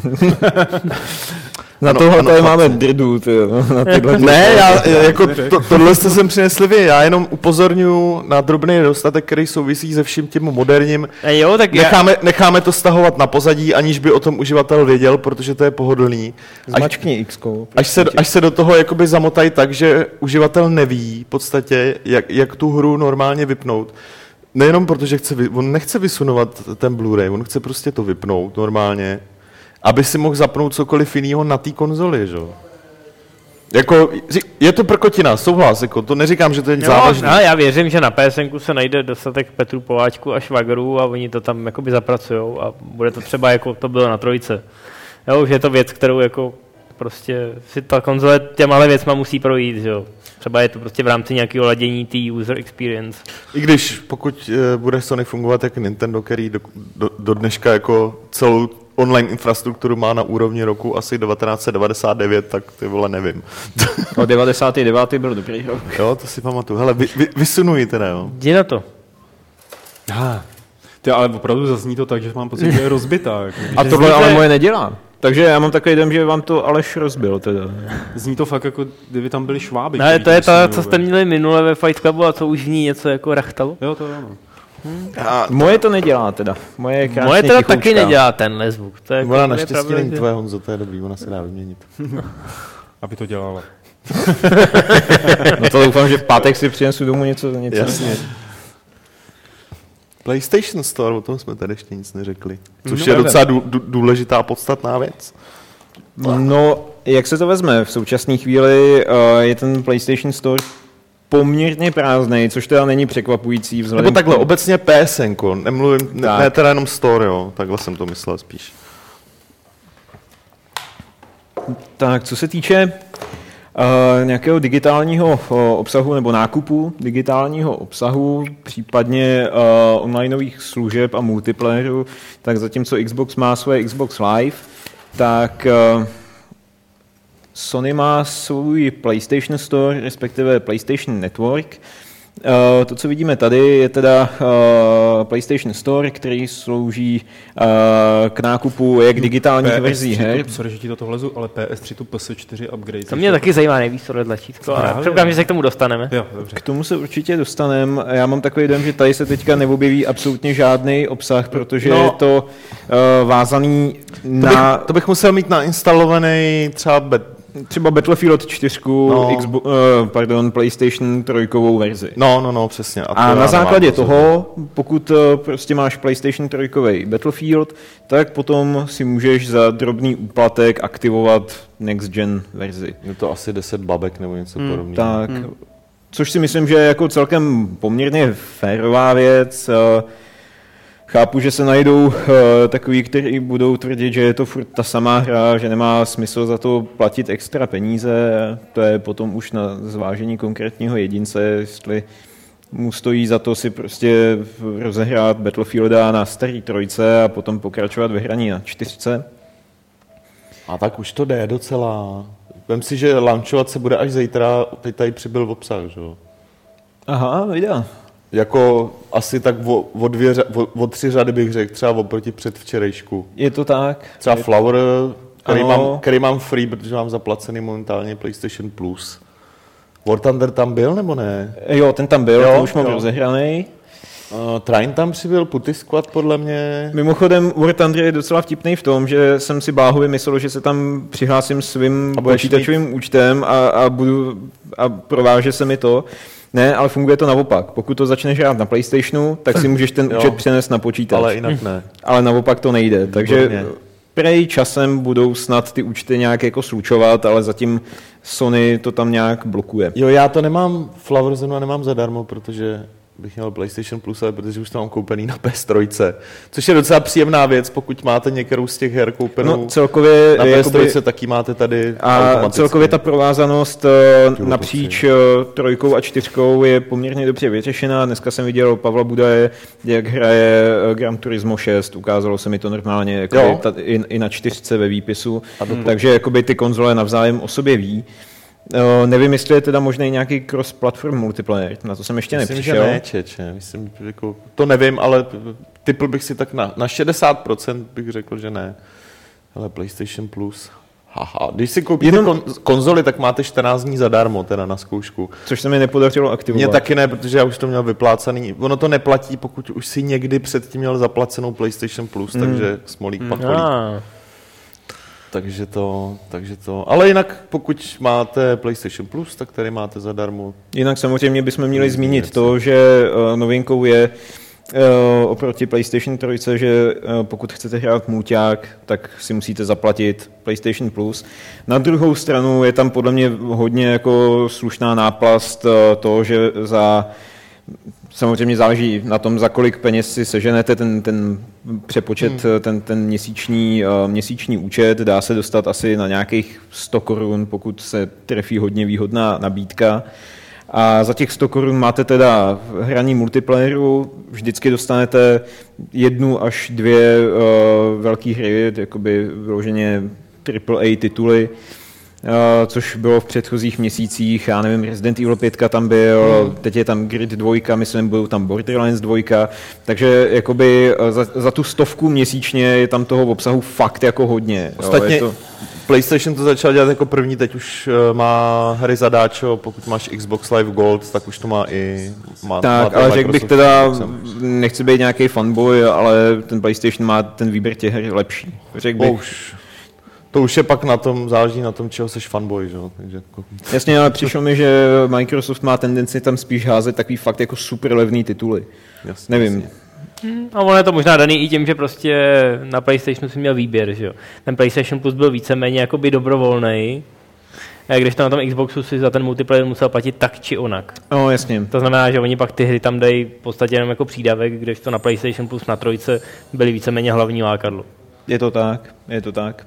Na Ano, tohle ano, tady chlapci. máme drdu, ty, jo, na tyhle. Ne, já, jako to, tohle jste jsem přinesli vy, já jenom upozorňuji na drobný nedostatek, který souvisí se vším tím moderním. A jo, tak já, Necháme, necháme to stahovat na pozadí, aniž by o tom uživatel věděl, protože to je pohodlný. Až, Zmačkni X-kou. až, se, až se do toho jakoby zamotají tak, že uživatel neví v podstatě, jak, jak tu hru normálně vypnout. Nejenom protože chce, vy- on nechce vysunovat ten Blu-ray, on chce prostě to vypnout normálně, aby si mohl zapnout cokoliv jiného na té konzoli, že jo. Jako, ři- je to prkotina, souhlas, jako, to neříkám, že to je jo, závažné. ale já věřím, že na PSNku se najde dostatek Petrů Poláčků a švagrů a oni to tam jakoby zapracujou a bude to třeba jako to bylo na trojce. Jo, že je to věc, kterou jako prostě si ta konzole těma věcma musí projít, že jo. Třeba je to prostě v rámci nějakého ladění té user experience. I když pokud e, bude Sony fungovat jako Nintendo, který do, do, do dneška jako celou online infrastrukturu má na úrovni roku asi devatenáct set devadesát devět, tak ty vole nevím. O devadesátý devátý byl dobrý rok. Jo, to si pamatuju. Hele, vy, vy, vysunuji teda, jo. Jdi na to. Aha. Ty, ale opravdu zazní to tak, že mám pocit, že je rozbitá. Jako. A Že tohle zní to ale je- moje nedělá. Takže já mám takový dojem, že vám to Aleš rozbil teda. Zní to fakt jako, kdyby tam byly šváby. No, ale který to je ta, vysunují, co jste měli minule ve Fight Clubu a co už v ní něco jako rachtalo. Jo, to je ono. A Moje to nedělá teda. Moje je krásně Moje teda tichoučká. taky nedělá tenhle zvuk. To je ona jako naštěstí pravda, není že- tvoje, Honzo, to je dobrý, ona se dá vyměnit. Aby to dělala. No to doufám, že v pátek si přinesu domů něco. něco. Jasně. PlayStation Store, o tom jsme tady ještě nic neřekli. Což No, je nevím. docela dů, dů, důležitá, podstatná věc. No, jak se to vezme? V současné chvíli uh, je ten PlayStation Store poměrně prázdnej, což teda není překvapující vzhledem Nebo takhle, k tomu- obecně P S N ko, nemluvím, ne, Tak. ne teda jenom Store, jo, takhle jsem to myslel spíš. Tak, co se týče uh, nějakého digitálního uh, obsahu nebo nákupu digitálního obsahu, případně uh, onlineových služeb a multiplayeru, tak zatímco Xbox má svoje Xbox Live, tak uh, Sony má svůj PlayStation Store, respektive PlayStation Network. Uh, to, co vidíme tady, je teda uh, PlayStation Store, který slouží uh, k nákupu jak digitálních verzí her. To, sorry, že ti do toho vlezu, ale P S tři tu P S čtyři upgrade. To mě taky zajímá nejvíc tohle tlačítko, ale Právě. předpokládám, že se k tomu dostaneme. Jo, dobře. K tomu se určitě dostaneme. Já mám takový dojem, že tady se teďka neobjeví absolutně žádný obsah, protože No. je to uh, vázaný To na bych, to bych musel mít nainstalovaný třeba bet, třeba Battlefield čtyři, No. Xbox, uh, pardon, PlayStation tři verzi. no, no, no, přesně. to A já na nemám základě rozhodně. toho, pokud uh, prostě máš PlayStation tři Battlefield, tak potom si můžeš za drobný úplatek aktivovat next gen verzi. Je to asi deset babek nebo něco Hmm, podobného. Tak, což si myslím, že je jako celkem poměrně férová věc. Chápu, že se najdou uh, takový, kteří budou tvrdit, že je to furt ta samá hra, že nemá smysl za to platit extra peníze. To je potom už na zvážení konkrétního jedince, jestli mu stojí za to si prostě rozehrát Battlefielda na starý trojce a potom pokračovat ve hraní na čtyřce. A tak už to jde docela. Vem si, že launchovat se bude až zítra, teď tady přibyl obsah, že jo? Aha, vidím. Jako asi tak o, o, dvě, o, o tři řady bych řekl, třeba oproti předvčerejšku. Je to tak. Třeba je... Flower, který ano. mám, který mám free, protože mám zaplacený momentálně PlayStation Plus. War Thunder tam byl, nebo ne? Jo, ten tam byl, jo, ten už mám jo. rozehraný. Uh, Train tam přibyl, Putty Squad podle mě. Mimochodem, War Thunder je docela vtipný v tom, že jsem si bláhově myslel, že se tam přihlásím svým počítačovým mít... účtem a, a, budu, a prováže se mi to. Ne, ale funguje to naopak. Pokud to začneš hrát na PlayStationu, tak si můžeš ten účet přenést na počítač. Ale jinak ne. Ale naopak to nejde. Takže prej časem budou snad ty účty nějak jako slučovat, ale zatím Sony to tam nějak blokuje. Jo, já to nemám Flower Zone a nemám zadarmo, protože bych měl PlayStation Plus, ale protože už to mám koupený na P S tři, což je docela příjemná věc, pokud máte některou z těch her koupenou no, celkově na P S tři, taky máte tady a celkově ta provázanost napříč trojkou a čtyřkou je poměrně dobře vyřešená. Dneska jsem viděl Pavla Budaje, jak hraje Gran Turismo šest, ukázalo se mi to normálně jakoby, ta, i, i na čtyřce ve výpisu, hmm. takže jakoby ty konzole navzájem o sobě ví. Uh, nevím, jestli je teda možný nějaký cross-platform multiplayer, na to jsem ještě myslím, nepřišel. Myslím, že ne, čeče. Myslím, jako, to nevím, ale typl bych si tak na, na šedesát procent bych řekl, že ne. Ale PlayStation Plus, haha. Když si koupíte Jenom... kon, konzoli, tak máte čtrnáct dní zadarmo teda na zkoušku. Což se mi nepodařilo aktivovat. Mně taky ne, protože já už to měl vyplácaný. Ono to neplatí, pokud už si někdy předtím měl zaplacenou PlayStation Plus, mm. takže smolík mm. pakolík. Ah. Takže to, takže to, ale jinak pokud máte PlayStation Plus, tak tady máte zadarmo. Jinak samozřejmě bychom měli zmínit věci. To, že uh, novinkou je uh, oproti PlayStation tři, že uh, pokud chcete hrát mulťák, tak si musíte zaplatit PlayStation Plus. Na druhou stranu je tam podle mě hodně jako slušná náplast uh, to, že za samozřejmě záleží na tom, za kolik peněz si seženete ten, ten přepočet, hmm. ten, ten měsíční, uh, měsíční účet. Dá se dostat asi na nějakých sto korun, pokud se trefí hodně výhodná nabídka. A za těch sto korun máte teda hraní multiplayeru, vždycky dostanete jednu až dvě uh, velké hry, jakoby vyloženě triple A tituly, Uh, což bylo v předchozích měsících, já nevím, Resident Evil pět tam byl, hmm. teď je tam Grid dva, myslím, budou tam Borderlands dva, takže jakoby za, za tu stovku měsíčně je tam toho obsahu fakt jako hodně. Ostatně jo, to... PlayStation to začal dělat jako první, teď už uh, má hry zadáčo, pokud máš Xbox Live Gold, tak už to má i... Má, tak, má ale řekl bych teda, nechci být nějaký fanboy, ale ten PlayStation má ten výběr těch her lepší. Řekl bych... Už. To už je pak na tom, záleží na tom, čeho seš fanboy, že? Takže jako... Jasně, ale přišlo mi, že Microsoft má tendenci tam spíš házet takový fakt jako super levný tituly. Jasně, nevím. Jasně. Hmm, a ono je to možná daný i tím, že prostě na PlayStationu si měl výběr, že jo. Ten PlayStation Plus byl víceméně jakoby dobrovolnej, když to na tom Xboxu si za ten multiplayer musel platit tak či onak. No, jasně. To znamená, že oni pak ty hry tam dají v podstatě jenom jako přídavek, když to na PlayStation Plus na trojce byly víceméně hlavní lákadlo. Je to tak, je to tak.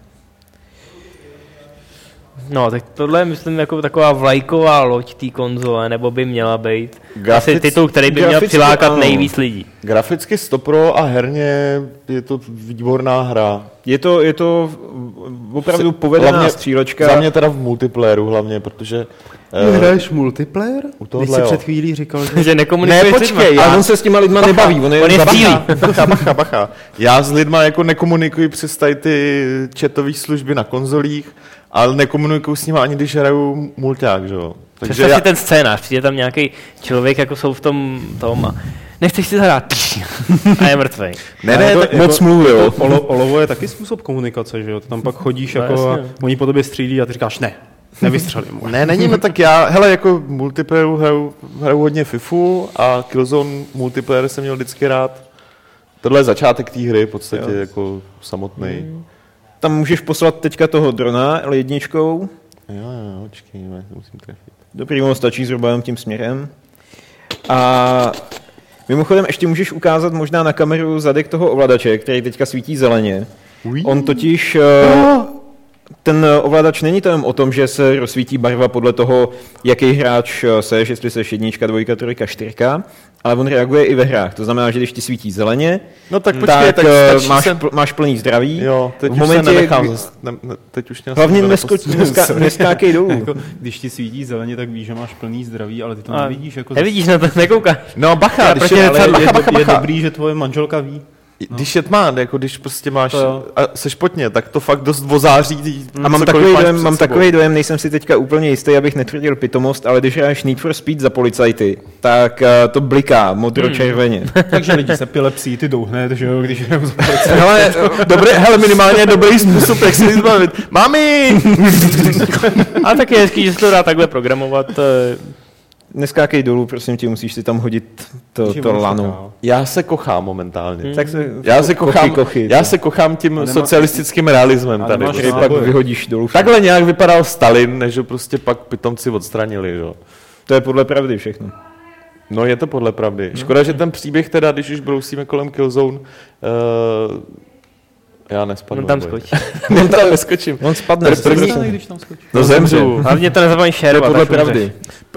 No, tak tohle je, myslím, jako taková vlajková loď té konzole, nebo by měla být. Grafic, asi titul, který by měl přilákat ano. nejvíc lidí. Graficky sto pro a herně je to výborná hra. Je to, je to opravdu povedená hlavně, střílečka. Za mě teda v multiplayeru hlavně, protože... Ty hraješ multiplayer? Když jsi před chvílí říkal, že, že nekomunikuješ ne, počkej, já... A on se s těma lidma bacha, nebaví, on je, on je střílí. Bacha, bacha, bacha. Já s lidma jako nekomunikuji přes tady ty chatové služby na konzolích, ale nekomunikuju s nimi ani když hraju mulťák, že jo. Představ já... si ten scénář, přijde tam nějaký člověk, jako jsou v tom, tom a nechceš si zahrát a je mrtvej. Ne, ne, tak moc jako, mluvil. Jako olo, olovo je taky způsob komunikace, že jo. Tam pak chodíš no, jako a oni po tobě střílí a ty říkáš ne. Nevystřelím. Ne, není, no tak já, hele, jako multiplayeru hraju, hraju hodně FIFU a Killzone multiplayer jsem měl vždycky rád. Tohle je začátek té hry, v podstatě jo. Jako samotný. Hmm. Tam můžeš poslat teďka toho drona L jedna Jo, jo, počkej, já musím trefit. Dobrý, ono stačí zhruba jenom tím směrem. A mimochodem ještě můžeš ukázat možná na kameru zadek toho ovladače, který teďka svítí zeleně. Ují. On totiž, ten ovladač není to jen o tom, že se rozsvítí barva podle toho, jaký hráč seš, jestli seš jednička, dvojka, trojka, čtyřka, ale on reaguje i ve hrách. To znamená, že když ti svítí zeleně, no tak počkej, tak, tak máš, jsem... pl, máš plný zdraví. Jo, teď v už momentě, se nenechám, kdy... zas, ne, ne, teď už hlavně neskákej dolů. Jako, když ti svítí zeleně, tak víš, že máš plný zdraví, ale ty to A nevidíš. Jako nevidíš na to, nekoukáš. No bacha, když je, je, ale bacha, je, bacha, bacha. je dobrý, že tvoje manželka ví. No. Když je tma, jako když prostě máš To a seš potně, tak to fakt dost vozáří. A mám takový dojem, mám takový dojem, nejsem si teďka úplně jistý, abych netvrdil pitomost, ale když hraješ Need for Speed za policajty, tak uh, to bliká modro-červeně. Hmm. Takže lidi s epilepsí, ty jdou hned, že jo, když hrajou za policajty. Hele, dobré, hele, minimálně dobrý způsob, jak se zbavit. Mami! A taky je hezký, že se to dá takhle programovat. Neskákej dolů, prosím tě, musíš si tam hodit to, to lano. Já se kochám momentálně. Hmm. Tak se, Já se kochám, kochy, kochy, já se kochám tím nemá, socialistickým realismem tady. nemáš který pak vyhodíš dolů. Takhle nějak vypadal Stalin, než ho prostě pak pitomci odstranili. Jo. To je podle pravdy všechno. No je to podle pravdy. Škoda, že ten příběh teda, když už brousíme kolem Killzone, uh, já nespadnu. On tam skočí. On tam neskočím. On spadne. První, Když tam skočí. no zemřu. Hlavně to nezapomeň To je šerovat. podle až umřeš. pravdy.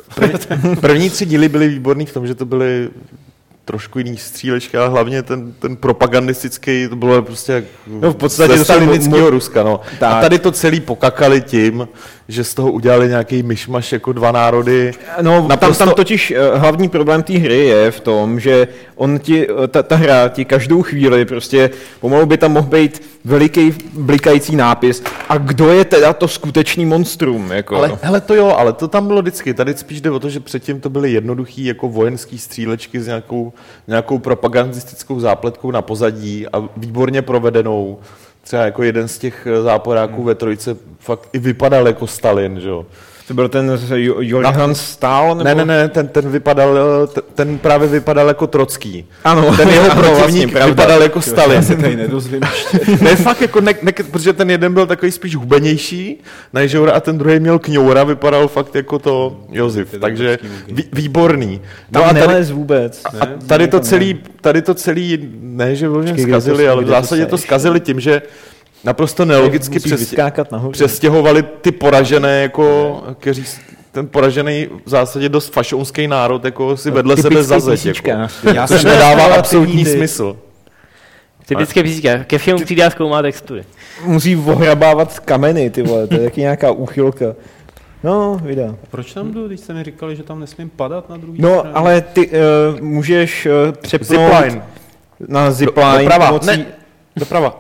První tři díly byly výborný v tom, že to byly trošku jiný střílečky, ale hlavně ten, ten propagandistický, to bylo prostě jak No v podstatě ze to jsou stalinického mo- Ruska, no. Tak. A tady to celý pokakali tím, že z toho udělali nějaký myšmaš jako dva národy. No, Naprosto- tam, tam totiž uh, hlavní problém té hry je v tom, že on ti, uh, ta, ta hra ti každou chvíli prostě pomalu by tam mohl být veliký blikající nápis a kdo je teda to skutečný monstrum, jako. Ale hele to jo, ale to tam bylo vždycky. Tady spíš jde o to, že předtím to byly jednoduchý jako vojenský střílečky s nějakou, nějakou propagandistickou zápletkou na pozadí a výborně provedenou. Třeba jako jeden z těch záporáků hmm. ve trojce fakt i vypadal jako Stalin, že jo. To byl ten Jo- Johann Stahl? Nebo... Ne, ne, ne, ten, ten vypadal, ten, ten právě vypadal jako Trocký. Ano, Ten jeho ano, protivník vlastně, vypadal jako Stalin. Já se tady nedozvím ještě. Ne, fakt jako, ne, ne, protože ten jeden byl takový spíš hubenější, nežoura, a ten druhý měl kňoura, vypadal fakt jako to Josef, takže vý, výborný. Tam No a tady, nelez vůbec. a tady to celý, tady to celý, ne, že vlastně Počkej, kde to zkazili, jsi, ale v kde to zásadě to seš? zkazili tím, že naprosto nelogicky Musíš přes, vyskákat nahoru. přestěhovali ty poražené, jako, kteří ten poražený v zásadě dost fašounský národ, jako si vedle sebe Typický zazeď, jako. písničkář. Já což nedává absolutní smysl. Typické písnička. Ke všemu přidá zkoumá textury. Musí ohrabávat kameny, ty vole, to je taky nějaká úchylka. No, vydá. Proč tam jdu, když jste mi říkali, že tam nesmím padat na druhý No, straně? ale ty uh, můžeš uh, přepnout Zipline. na zipline Doprava, pomocí... ne, doprava.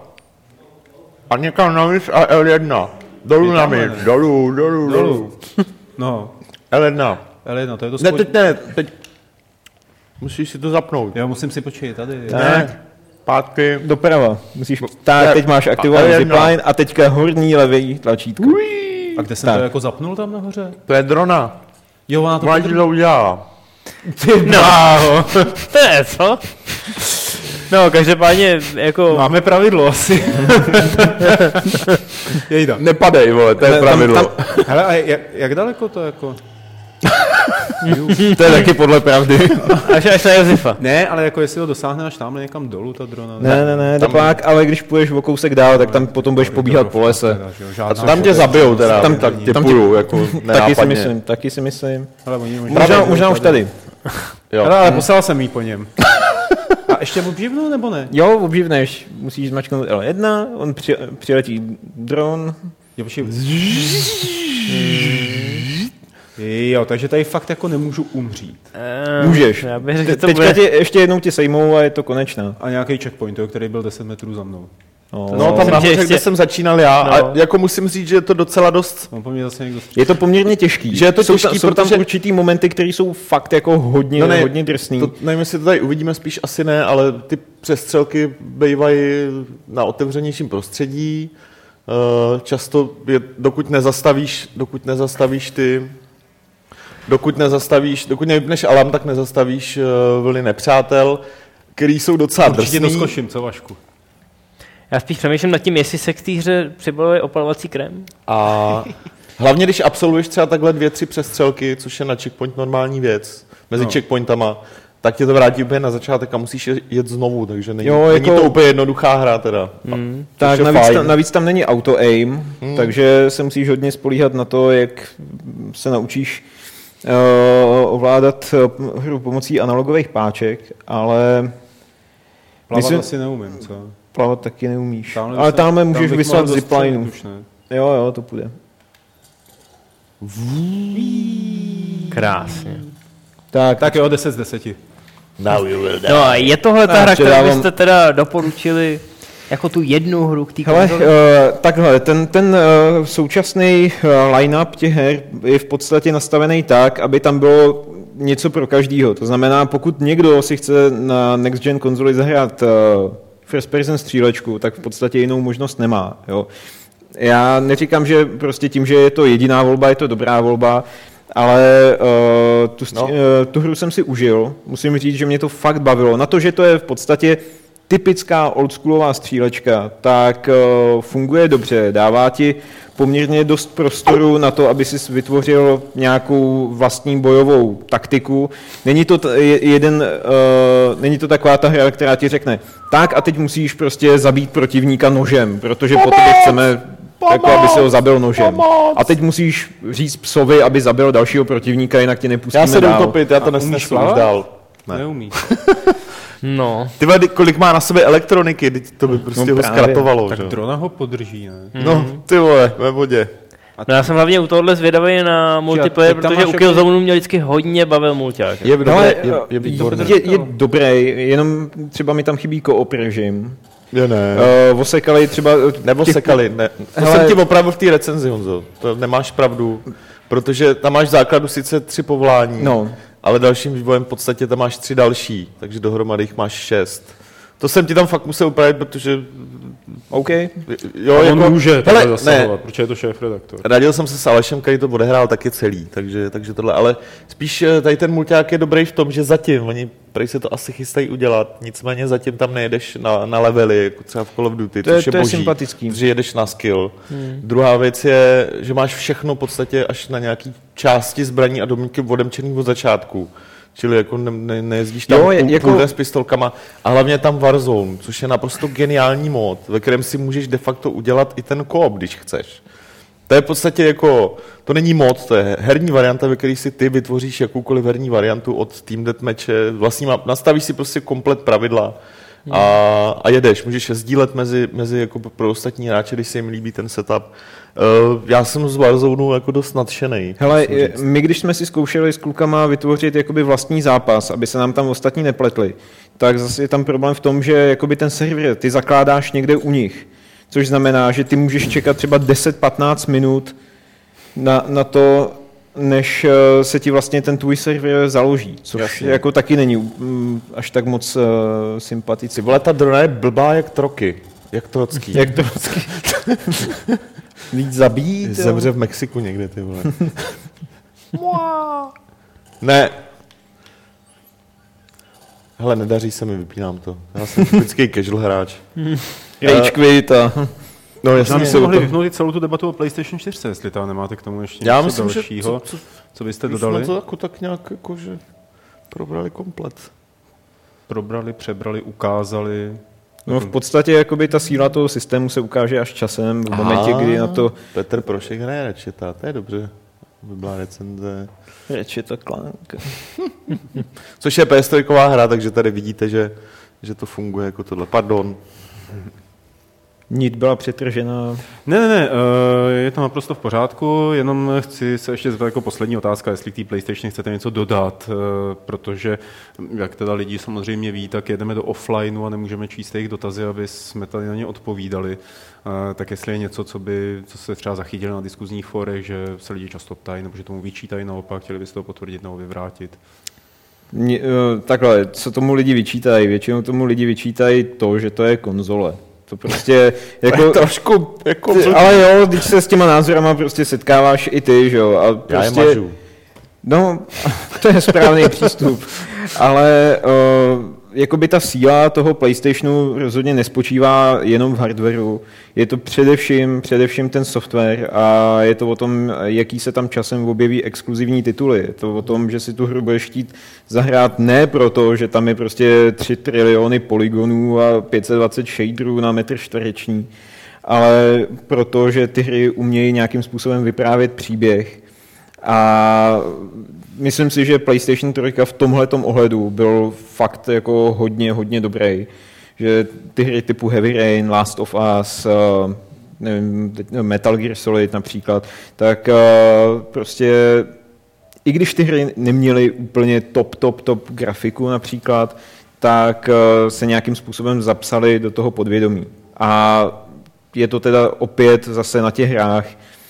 A někam navíc a el jedna. Dolů Je tam, navíc, ne? dolů, dolů, dolů. Dolů. No, el jedna. ale jedno, to je to Ne, spoj... teď ne, teď musíš si to zapnout. Já musím si počít tady. Ne, pátky. Doprava. Musíš... Tak, Ne, teď máš a- aktivovaný a jedna. zipline a teďka horní levý tlačítko. A kde jsem Tak. to jako zapnul tam nahoře? To je drona. Jo, ona to... Ona ti to udělá. No, to je co? No, každopádně, jako... Máme pravidlo asi. Jejda. Nepadej, vole, to je Ne, tam- pravidlo. tam- Hele, a jak, jak daleko to jako? To je taky podle pravdy. Až, až na Josefa. Ne, ale jako jestli ho dosáhne až tamhle někam dolů, ta drona. Ne, ne, ne, teplák, ale když půjdeš o kousek dál, tak tam potom budeš pobíhat po lese. A tam tě zabijou teda, Tam- tak tam typuju, jako Taky si nenápadně. myslím, taky si myslím. Hele, oni Možná, možná už tady. Jo. Hele, ale poslal jsem jí po něm. A ještě obživnu, nebo ne? Jo, obživneš, musíš zmačknout el jedna, on při, přiletí dron. Jo, počkej. Jo, takže tady fakt jako nemůžu umřít. Uh, Můžeš. Já bych řekl, že to Teďka bude... tě, ještě jednou tě sejmou a je to konečná. A nějaký checkpoint, jo, který byl deset metrů za mnou. No, No, tam Myslím, že nahoře, ještě- kde jsem začínal já, No. a jako musím říct, že je to docela dost. On po mě zase někdo střílel. je to poměrně těžký. Že je to jsou, těžký, tam, jsou tam protože- určitý momenty, které jsou fakt jako hodně, No ne, hodně drsný. To, nevím, jestli to tady uvidíme, spíš asi ne, ale ty přestřelky bývají na otevřenějším prostředí. Eh, Často, je, dokud nezastavíš, dokud nezastavíš ty, dokud nezastavíš, dokud nevypneš alarm, tak nezastavíš eh, vlny nepřátel, který jsou docela Určitě drsný. doskočím, co Vašku? Já spíš přemýšlím nad tím, jestli se k té hře přibaluje opalovací krém. A Hlavně, když absolvuješ třeba takhle dvě, tři přestřelky, což je na checkpoint normální věc, mezi no. checkpointama, tak tě to vrátí úplně na začátek a musíš jet znovu, takže není, jo, není jako... to úplně jednoduchá hra teda. Hmm. Tak navíc tam, navíc tam není auto-aim, hmm. takže se musíš hodně spolíhat na to, jak se naučíš uh, ovládat hru pomocí analogových páček, ale... Plavat myslím, asi neumím, co? Plavat taky neumíš, tamhle ale tamhle můžeš tam vyslat ziplineu. Jo, jo, to půjde. Krásně. Tak, tak jo, deset z deseti. Now you will die. No a je tohle ta hra, kterou byste teda doporučili jako tu jednu hru k té konzoli? Uh, takhle, ten, ten uh, současný uh, line-up těch her je v podstatě nastavený tak, aby tam bylo něco pro každýho. To znamená, pokud někdo si chce na next gen konzoli zahrát uh, first person střílečku, tak v podstatě jinou možnost nemá. Jo. Já neříkám, že prostě tím, že je to jediná volba, je to dobrá volba, ale uh, tu, no. uh, tu hru jsem si užil. Musím říct, že mě to fakt bavilo. Na to, že to je v podstatě typická oldschoolová střílečka, tak uh, funguje dobře. Dává ti poměrně dost prostoru na to, aby si vytvořil nějakou vlastní bojovou taktiku. Není to, t- jeden, uh, není to taková ta hra, která ti řekne, tak a teď musíš prostě zabít protivníka nožem, protože po tobě chceme, jako aby si ho zabil nožem. A teď musíš říct psovi, aby zabil dalšího protivníka, jinak tě nepustíme já se dál. Já se jdu topit, já to nesnesu už dál. Ne. Neumíš. No. Ty vady, kolik má na sobě elektroniky, to by prostě no ho zkratovalo. Tak že? Drona ho podrží, ne? Mm. No, ty vole, ve vodě. No já jsem hlavně u tohohle zvědavý na multiplayer, protože u Killzone mě vždycky hodně bavil mulťák. Je, dobré, je, je, je, je, je dobrý, jenom třeba mi tam chybí co-op režim. Je ne. Uh, osekali třeba... Neosekali, ne. To hele, jsem ti opravdu v té recenzi, Honzo. To nemáš pravdu, protože tam máš v základu sice tři povolání, no. ale dalším vývojem v podstatě tam máš tři další, takže dohromady jich máš šest. To jsem ti tam fakt musel upravit, protože... OK. Jo, on jako, může takhle zasahovat, protože je to šéf-redaktor. Radil jsem se s Alešem, který to odehrál taky celý, takže, takže tohle. Ale spíš tady ten mulťák je dobrý v tom, že zatím, oni prej se to asi chystají udělat, nicméně zatím tam nejedeš na, na levely, jako třeba v Call of Duty, to je, což je, to boží, je sympatický. Protože jedeš na skill. Hmm. Druhá věc je, že máš všechno v podstatě až na nějaký části zbraní a domínky odemčený od začátku. Čili jako ne, ne, nejezdíš tam jo, je, jako... s pistolkama a hlavně je tam Warzone, což je naprosto geniální mod, ve kterém si můžeš de facto udělat i ten co-op, když chceš. To je v podstatě jako, to není mod, to je herní varianta, ve které si ty vytvoříš jakoukoliv herní variantu od Team Deathmatche, vlastní map, nastavíš si prostě komplet pravidla a, a jedeš, můžeš je sdílet mezi, mezi jako pro ostatní hráče, když se jim líbí ten setup. Uh, já jsem z Warzone jako dost nadšenej. Hele, my když jsme si zkoušeli s klukama vytvořit jakoby vlastní zápas, aby se nám tam ostatní nepletli, tak zase je tam problém v tom, že jakoby ten server ty zakládáš někde u nich, což znamená, že ty můžeš čekat třeba deset patnáct minut na, na to, než se ti vlastně ten tvůj server založí, což Jasně. jako taky není um, až tak moc uh, sympatický. Vole, ta drona je blbá jak troky, jak trocký. Jak trocký. Víc zabít. Zemře v Mexiku někde, ty vole. Ne. Hele, nedaří se mi, vypínám to. Já jsem typický casual hráč. Rage quit a... No, jasně. Nám se mohli vypnout celou tu debatu o PlayStation čtyři, jestli tam nemáte k tomu ještě Já něco myslím, dalšího, co, co, co byste dodali? Jsme to jako tak nějak jako, že probrali komplet. Probrali, přebrali, ukázali... No v podstatě jakoby ta síla toho systému se ukáže až časem, v momentě, Aha, kdy na to... Petr Prošek hraje Ratcheta, to je dobře. By byla recenze. Ratchet a Clank. Což je P S tři hra, takže tady vidíte, že, že to funguje jako tohle. Pardon. Nit byla přetržená. Ne, ne, ne, je to naprosto v pořádku, jenom chci se ještě zeptat jako poslední otázka, jestli k té PlayStation chcete něco dodat, protože jak teda lidi samozřejmě ví, tak jedeme do offlineu a nemůžeme číst jejich dotazy, aby jsme tady na ně odpovídali. Tak jestli je něco, co by, co se třeba zachytili na diskuzních fórech, že se lidi často ptají, nebo že tomu vyčítají naopak, chtěli byste to potvrdit nebo vyvrátit? Mě, takhle, co tomu lidi vyčítají? Většinou tomu lidi vyčítají to, že to je konzole. To prostě jako... To trošku jako... Ty, ale jo, když se s těma názorama prostě setkáváš i ty, že jo. A prostě, Já je mažu. No, to je správný přístup. Ale uh, jakoby ta síla toho PlayStationu rozhodně nespočívá jenom v hardwareu. Je to především, především ten software a je to o tom, jaký se tam časem objeví exkluzivní tituly. Je to o tom, že si tu hru budeš chtít zahrát ne proto, že tam je prostě tři triliony polygonů a pět set dvacet shaderů na metr čtvereční, ale proto, že ty hry umějí nějakým způsobem vyprávět příběh. A myslím si, že PlayStation tři v tomhletom ohledu byl fakt jako hodně, hodně dobrý. Že ty hry typu Heavy Rain, Last of Us, nevím, Metal Gear Solid například, tak prostě i když ty hry neměly úplně top, top, top grafiku například, tak se nějakým způsobem zapsaly do toho podvědomí. A je to teda opět zase na těch hrách,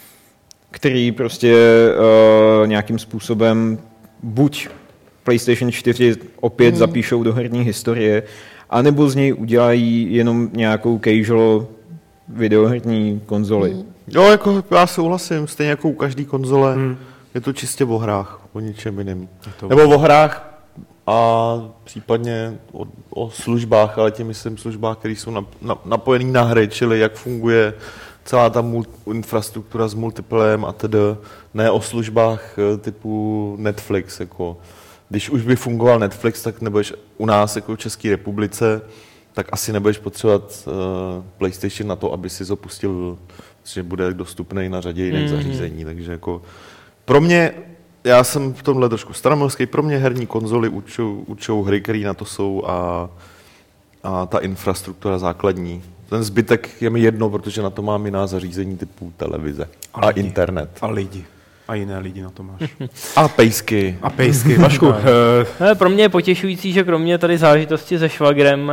který prostě uh, nějakým způsobem buď PlayStation čtyři opět mm. zapíšou do herní historie, anebo z něj udělají jenom nějakou casual videoherní konzoli. Mm. Jo, jako já souhlasím, stejně jako u každé konzole, mm. je to čistě o hrách, o ničem jiným. To... Nebo o hrách a případně o, o službách, ale tím myslím službách, které jsou na, na, napojené na hry, čili jak funguje celá ta mul- infrastruktura s multiplem a tedy, ne o službách typu Netflix. Jako. Když už by fungoval Netflix, tak nebudeš u nás jako v České republice, tak asi nebudeš potřebovat uh, PlayStation na to, aby si zapustil, že bude dostupný na řadě jiných mm-hmm. zařízení. Takže jako pro mě, já jsem v tomhle trošku staromilský, pro mě herní konzoly učou, učou hry, které na to jsou a, a ta infrastruktura základní. Ten zbytek je mi jedno, protože na to mám jiná zařízení typu televize a, a internet. A lidi. A jiné lidi na to máš. A pejsky. A pejsky. Vašku. uh... Pro mě je potěšující, že kromě tady zážitosti se švagrem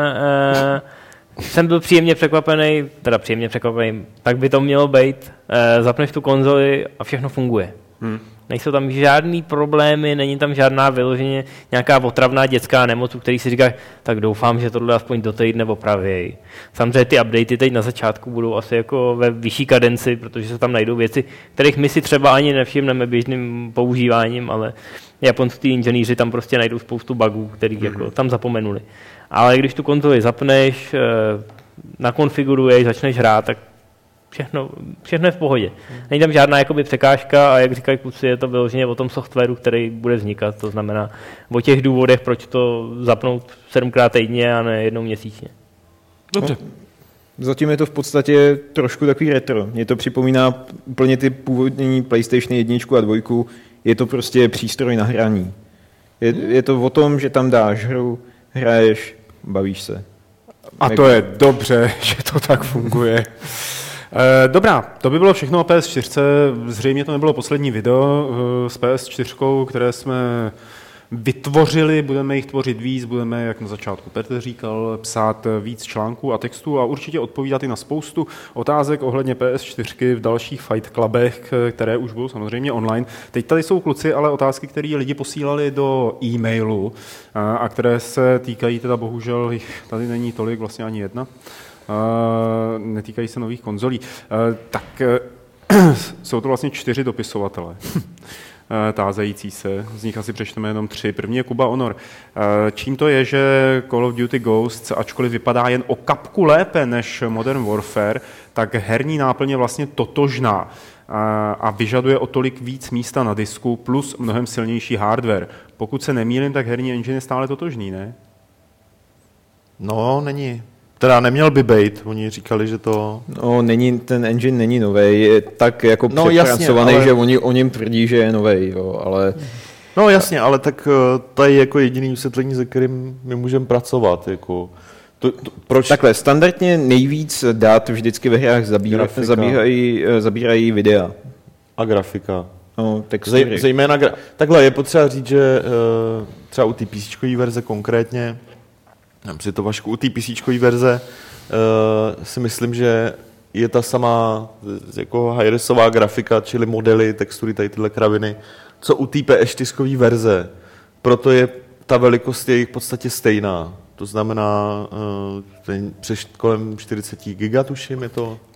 uh, jsem byl příjemně překvapený, teda příjemně překvapený, tak by to mělo být. Uh, zapneš tu konzoli a všechno funguje. Hmm. Nejsou tam žádný problémy, není tam žádná vyloženě nějaká otravná dětská nemoc, u který si říká, tak doufám, že tohle aspoň do týdne opravějí. Samozřejmě ty updaty teď na začátku budou asi jako ve vyšší kadenci, protože se tam najdou věci, kterých my si třeba ani nevšimneme běžným používáním, ale japonští inženýři tam prostě najdou spoustu bugů, který mm-hmm. jako tam zapomenuli. Ale když tu konzoli zapneš, nakonfiguruješ, začneš hrát, tak Všechno, všechno je v pohodě. Není tam žádná jakoby překážka a jak říkají kluci, je to vyloženě o tom softwaru, který bude vznikat. To znamená o těch důvodech, proč to zapnout sedmkrát týdně a ne jednou měsíčně. Dobře. No, zatím je to v podstatě trošku takový retro. Mně to připomíná úplně ty původní PlayStation jedničku a dvojku. Je to prostě přístroj na hraní. Je, je to o tom, že tam dáš hru, hraješ, bavíš se. A to je dobře, že to tak funguje. Dobrá, to by bylo všechno o P S čtyři. Zřejmě to nebylo poslední video s P S čtyři, které jsme vytvořili, budeme jich tvořit víc, budeme, jak na začátku Petr říkal, psát víc článků a textů a určitě odpovídat i na spoustu otázek ohledně P S čtyři v dalších Fight Clubech, které už budou samozřejmě online. Teď tady jsou kluci, ale otázky, které lidi posílali do e-mailu a které se týkají, teda bohužel, tady není tolik, vlastně ani jedna. Uh, netýkají se nových konzolí. Uh, tak uh, jsou to vlastně čtyři dopisovatele uh, tázající se, z nich asi přečteme jenom tři. První je Kuba Honor. Uh, čím to je, že Call of Duty Ghosts, ačkoliv vypadá jen o kapku lépe než Modern Warfare, tak herní náplň je vlastně totožná uh, a vyžaduje o tolik víc místa na disku plus mnohem silnější hardware. Pokud se nemýlím, tak herní engine je stále totožný, ne? No, není. Teda neměl by být, oni říkali, že to... No, není, ten engine není novej, je tak jako no, přepracovaný, ale... že oni o něm tvrdí, že je novej, jo, ale... No jasně, ale tak to je jako jediný vysvětlení, se kterým my můžeme pracovat, jako... To, to, proč? Takhle, standardně nejvíc dat vždycky ve hrách zabíra, zabírají, zabírají videa. A grafika. No, Zej, zejména... Gra... Takhle, je potřeba říct, že uh, třeba u té PCčkové verze konkrétně, si to Vašku, u té PCčkové verze uh, si myslím, že je ta sama jako high-resová grafika, čili modely, textury, tady tyhle kraviny, co u té P S čtyři verze. Proto je ta velikost je v podstatě stejná. To znamená uh, přes kolem čtyřicet giga, tuším, je to?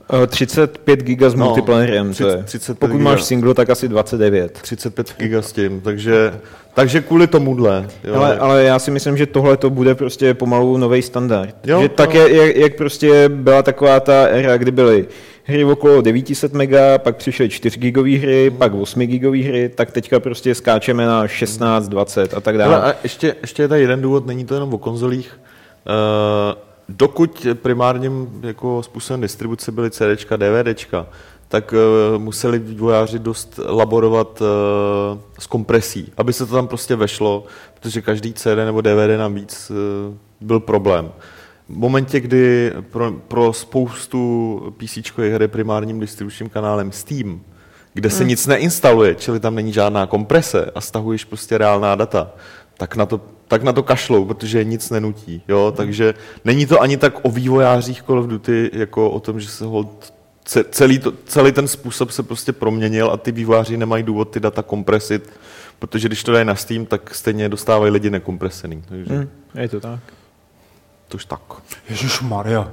třicet pět giga s No, multiplayerem, to je. třicet pět Pokud giga. máš single, tak asi dvacet devět. třicet pět giga s tím, takže, takže kvůli tomuhle. Jo. Ale, ale já si myslím, že tohle to bude prostě pomalu nový standard. Jo, že tak, jo. jak, jak prostě byla taková ta éra, kdy byly hry okolo devět set mega, pak přišly čtyři gigové hry, pak osm gigové hry, tak teďka prostě skáčeme na šestnáct, dvacet a tak dále. Ale a ještě, ještě je tady jeden důvod, není to jenom o konzolích. Uh, dokud primárním jako způsobem distribuce byly CDčka, DVDčka, tak uh, museli vývojáři dost laborovat uh, s kompresí, aby se to tam prostě vešlo, protože každý C D nebo D V D navíc uh, byl problém. V momentě, kdy pro, pro spoustu PCčkových her je primárním distribučním kanálem Steam, kde se hmm. nic neinstaluje, čili tam není žádná komprese a stahuješ prostě reálná data, tak na to, tak na to kašlou, protože nic nenutí. Jo? Hmm. Takže není to ani tak o vývojářích Call of Duty, jako o tom, že se hold, celý, to, celý ten způsob se prostě proměnil a ty vývojáři nemají důvod ty data kompresit, protože když to dají na Steam, tak stejně dostávají lidi nekompresený. Takže... Hmm. Je to tak. To už tak. Ježišmarja.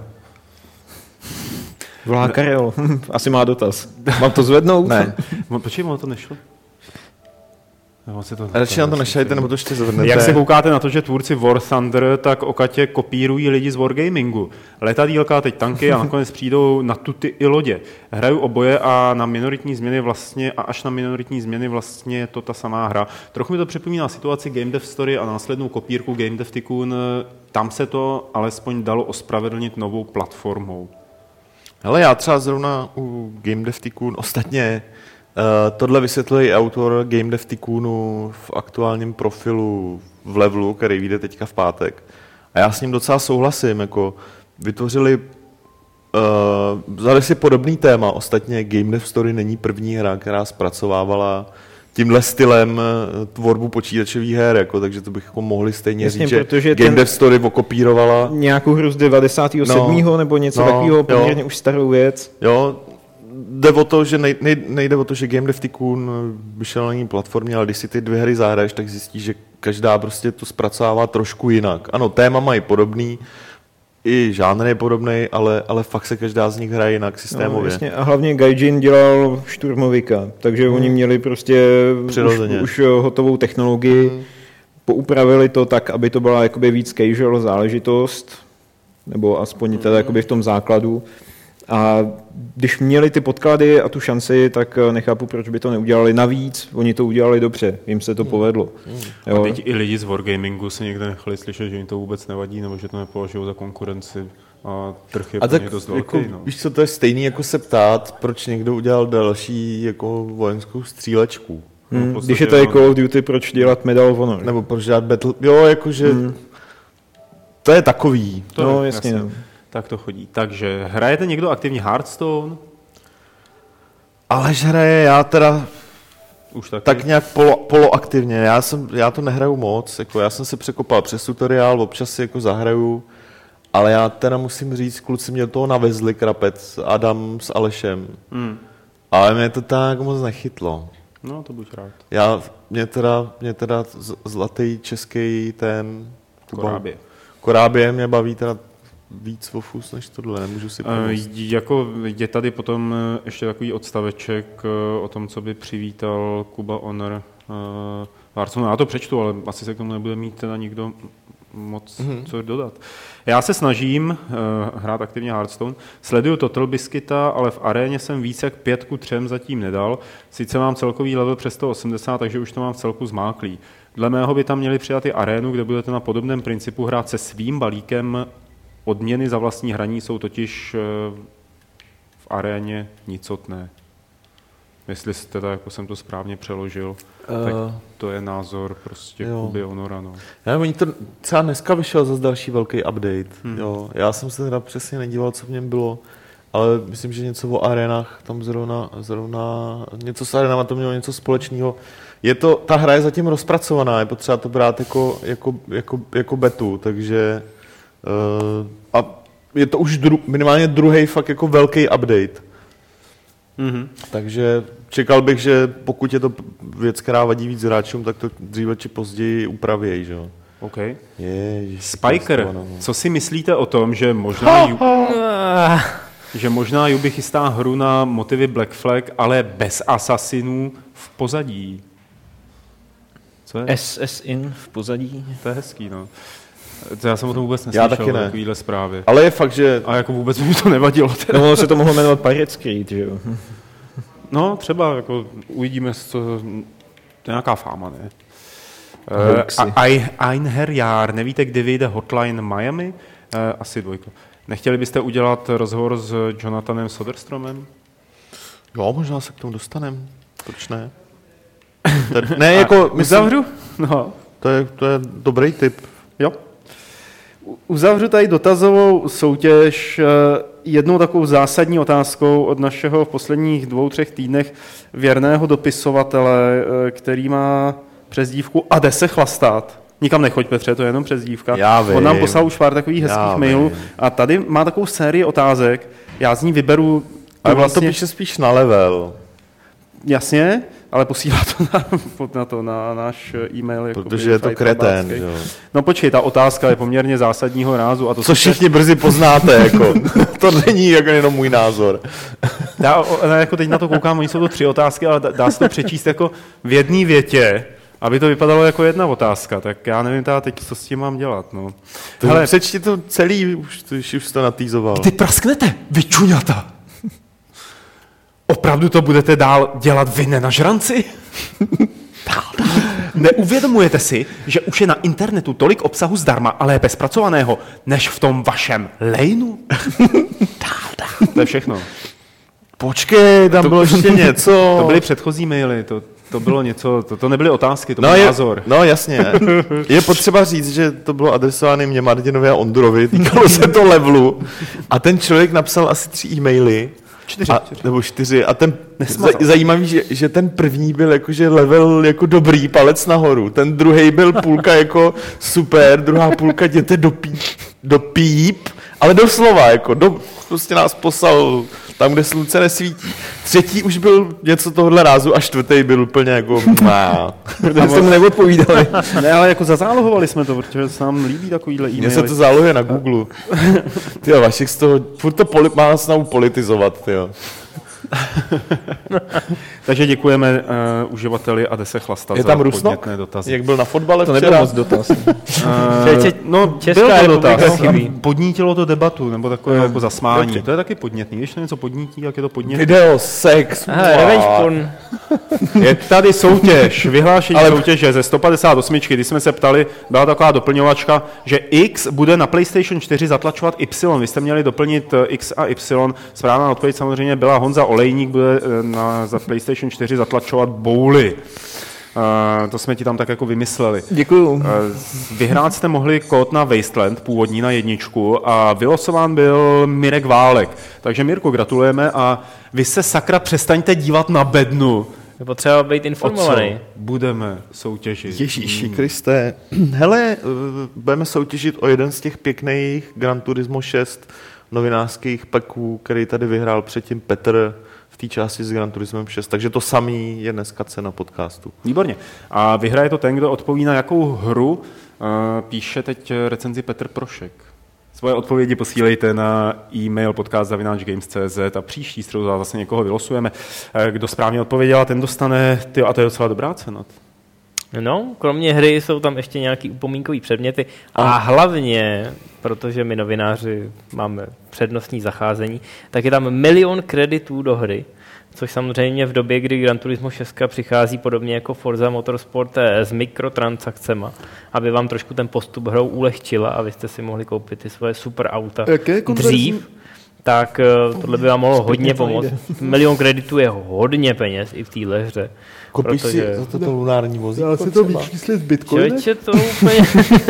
Volá Karel, asi má dotaz. Mám to zvednout? Ne. Počkej, ono to nešlo? To, Radši nám to nešajte, nebo to ještě zvednete. Jak se koukáte na to, že tvůrci War Thunder tak okatě kopírují lidi z Wargamingu. Letadýlka, teď tanky a nakonec přijdou na tuty i lodě. Hraju oboje a na minoritní změny vlastně, a až na minoritní změny vlastně je to ta samá hra. Trochu mi to připomíná situaci Game Dev Story a následnou kopírku Game Dev Tycoon. Tam se to alespoň dalo ospravedlnit novou platformou. Hele, já třeba zrovna u Game Dev Tycoon, ostatně uh, tohle vysvětluje i autor Game Dev Tycoonu v aktuálním profilu v Levelu, který vyjde teďka v pátek. A já s ním docela souhlasím, jako vytvořili, uh, vzali si podobný téma, ostatně Game Dev Story není první hra, která zpracovávala tímhle stylem tvorbu počítačových her, jako, takže to bych jako mohli stejně Jasně, říct, že Game ten... Dev Story okopírovala. Nějakou hru z devadesátého sedmého No, nebo něco no, takového, poměrně jo. už starou věc. Jo, jde o to, že nej, nej, nejde o to, že Game Dev Tycoon vyšel na ní platformě, ale když si ty dvě hry zahraješ, tak zjistíš, že každá prostě to zpracovává trošku jinak. Ano, téma mají podobný, i žánr je podobný, ale, ale fakt se každá z nich hraje jinak systémově. No, jasně. A hlavně Gaijin dělal Šturmovika, takže hmm. oni měli prostě už, už hotovou technologii, hmm. poupravili to tak, aby to byla jakoby víc casual záležitost, nebo aspoň hmm. teda jakoby v tom základu. A když měli ty podklady a tu šanci, tak nechápu, proč by to neudělali navíc. Oni to udělali dobře, jim se to povedlo. Hmm. Jo. A teď i lidi z Wargamingu se někde nechali slyšet, že jim to vůbec nevadí, nebo že to nepovažují za konkurenci. A trh je a pro tak, ně dost jako, velký. No. Víš co, to je stejný jako se ptát, proč někdo udělal další jako vojenskou střílečku. Hmm. No, když je to jako Call of Duty, proč dělat Medal of Honor? Nebo proč dělat Battle... Jo, jakože... Hmm. To je takový. To no, je, jasně. jasně. Tak to chodí. Takže hrajete někdo aktivně Hearthstone? Alež hraje, já teda už taky. Tak nějak polo, poloaktivně. Já, jsem, já to nehraju moc, jako já jsem se překopal přes tutoriál, občas si jako zahraju, ale já teda musím říct, kluci mě do toho navezli, Krapec, Adam s Alešem. Hmm. Ale mě to tak moc nechytlo. No, to buď rád. Já, mě teda, mě teda zlatý český ten... Korábě. Korábě mě baví teda víc Wofus než tohle, nemůžu si pomoct. E, jako je tady potom ještě takový odstaveček o tom, co by přivítal Kuba Honor uh, Hearthstone. Já to přečtu, ale asi se k tomu nebude mít teda nikdo moc mm-hmm. co dodat. Já se snažím uh, hrát aktivně Hearthstone, sleduju Total Biscuita, ale v aréně jsem více jak pět ku třem zatím nedal. Sice mám celkový level přes sto osmdesát, takže už to mám v celku zmáklý. Dle mého by tam měli přijat i arénu, kde budete na podobném principu hrát se svým balíkem. Odměny za vlastní hraní jsou totiž v aréně nicotné. Jestli teda, jako jsem to správně přeložil, uh, tak to je názor prostě Kuby Honora. No. Já, oni to třeba dneska vyšel zase další velký update. Hmm. Jo. Já jsem se teda přesně nedíval, co v něm bylo, ale myslím, že něco o arénách, tam zrovna, zrovna něco s arénama, to mělo něco společného. Je to, ta hra je zatím rozpracovaná, je potřeba to brát jako, jako, jako, jako betu, takže uh, a je to už dru, minimálně druhý fakt jako velký update. Mm-hmm. Takže čekal bych, že pokud je to věc, která vadí víc hráčům, tak to dříve či později upravějí, že jo. OK. Ježiš, Spiker, co si myslíte o tom, že možná... že možná Ubi chystá hru na motivy Black Flag, ale bez asasinů v pozadí. Co je? S S in v pozadí. To je hezký, no. To já jsem o tom vůbec Já neslyšel, taky ne. takovýhle zprávy. Ale je fakt, že... A jako vůbec mi to nevadilo. Teda. No, ono se to mohlo jmenovat Pirates Creed, že jo? No, třeba jako uvidíme, co... To je nějaká fáma, ne? Hoaxy. Uh, a Einherjar, nevíte, kdy vyjde Hotline Miami? Uh, asi dvojko. Nechtěli byste udělat rozhovor s Jonathanem Soderstromem? Jo, možná se k tomu dostaneme. Proč ne? Ten, ne, jako... Uzavřu? No. To je, to je dobrý tip. Jo. Uzavřu tady dotazovou soutěž jednou takovou zásadní otázkou od našeho v posledních dvou, třech týdnech věrného dopisovatele, který má přezdívku a jde se chlastat. Nikam nechoď, Petře, to je jenom přezdívka. Já vím. On nám poslal už pár takových hezkých Já mailů vím. a tady má takovou sérii otázek. Já z ní vyberu... Ale vlastně, to píše spíš na level. Jasně, ale posílá to na, na, to, na náš e-mail. Protože je to kretén, jo. No počkej, ta otázka je poměrně zásadního rázu. A to Co všichni brzy poznáte, jako. To není jako jenom můj názor. Já jako teď na to koukám, oni jsou to tři otázky, ale dá se to přečíst jako v jedné větě, aby to vypadalo jako jedna otázka. Tak já nevím teda teď, co s tím mám dělat. No. Hele, přečti to celý, už, už, už to natýzoval. Kdy prasknete, vy čuňata? Opravdu to budete dál dělat vy nenažranci? Neuvědomujete si, že už je na internetu tolik obsahu zdarma, ale lépe zpracovaného, než v tom vašem lejnu? To je všechno. Počkej, tam To- bylo ještě něco. To byly předchozí maily, to, to bylo něco, to, to nebyly otázky, to byl No, je, názor. no jasně. Je potřeba říct, že to bylo adresované mě, Martinovi a Ondrovi, týkalo se to levelu. A ten člověk napsal asi tři e-maily. Čtyři, A, čtyři. nebo čtyři. A ten Nesmazal. zaj, zajímavý, že, že ten první byl jakože level jako dobrý, palec nahoru. Ten druhý byl půlka jako super, druhá půlka jděte do píp, do píp, ale doslova, jako do, prostě nás poslal tam, kde slunce nesvítí. Třetí už byl něco tohohle rázu a čtvrtý byl úplně jako má. Protože jste mu neodpovídali. Ne, ale jako zazálohovali jsme to, protože se nám líbí takovýhle Mně e-maily. se to zálohuje na Google. Tyjo, Vašek z toho, furt to poli, má snahu politizovat, tyjo. Takže děkujeme uh, uživateli a jde se chlastat Je za tam Rusnok? podnětné dotazy. Jak byl na fotbale To nebyl včera? moc dotaz. Uh, Če- če- no, Česká byl to republika dotaz. chybí. Podnítilo to debatu, nebo takové jako zasmání. dobře. To je taky podnětný. Když to něco podnítí, jak je to podnětný. Video, sex. Hele, revenge porn. Je tady soutěž, vyhlášení Ale- Ale... soutěže ze sto padesát osm, kdy jsme se ptali, byla taková doplňovačka, že X bude na PlayStation čtyři zatlačovat Y. Vy jste měli doplnit eh, X a Y. Správná odpověď samozřejmě byla Honza Olejník bude eh, na, za PlayStation čtyři zatlačovat bouly. Uh, to jsme ti tam tak jako vymysleli. Děkuju. Uh, vyhrát jste mohli kód na Wasteland, původní na jedničku, a vylosován byl Mirek Válek. Takže Mirku, gratulujeme a vy se sakra přestaňte dívat na bednu. Je potřeba být O co informovaný. budeme soutěžit? Ježíši Kriste. Hele, eh, budeme soutěžit o jeden z těch pěkných Gran Turismo šest novinářských paků, který tady vyhrál předtím Petr v té části s Gran Turismem šest. Takže to samý je dneska cena podcastu. Výborně. A vyhraje to ten, kdo odpoví na jakou hru, uh, píše teď recenzi Petr Prošek. Svoje odpovědi posílejte na e-mail podcast zavináč games tečka cé zet a příští středu zase někoho vylosujeme. Eh, Kdo správně odpověděl, ten dostane, tyjo, a to je docela dobrá cena. No, kromě hry jsou tam ještě nějaký upomínkový předměty a hlavně, protože my novináři máme přednostní zacházení, tak je tam milion kreditů do hry, což samozřejmě v době, kdy Gran Turismo šest přichází podobně jako Forza Motorsport eh, s mikrotransakcema, aby vám trošku ten postup hrou ulehčila a vy jste si mohli koupit ty svoje super auta Jaké konverzní- dřív, tak eh, tohle by vám mohlo hodně pomoct. Milion kreditů je hodně peněz i v téhle hře. Kopíš Protože- si za toto lunární vozítko? Dá se to vyčíslit v bitcoinech? Člověče, to úplně,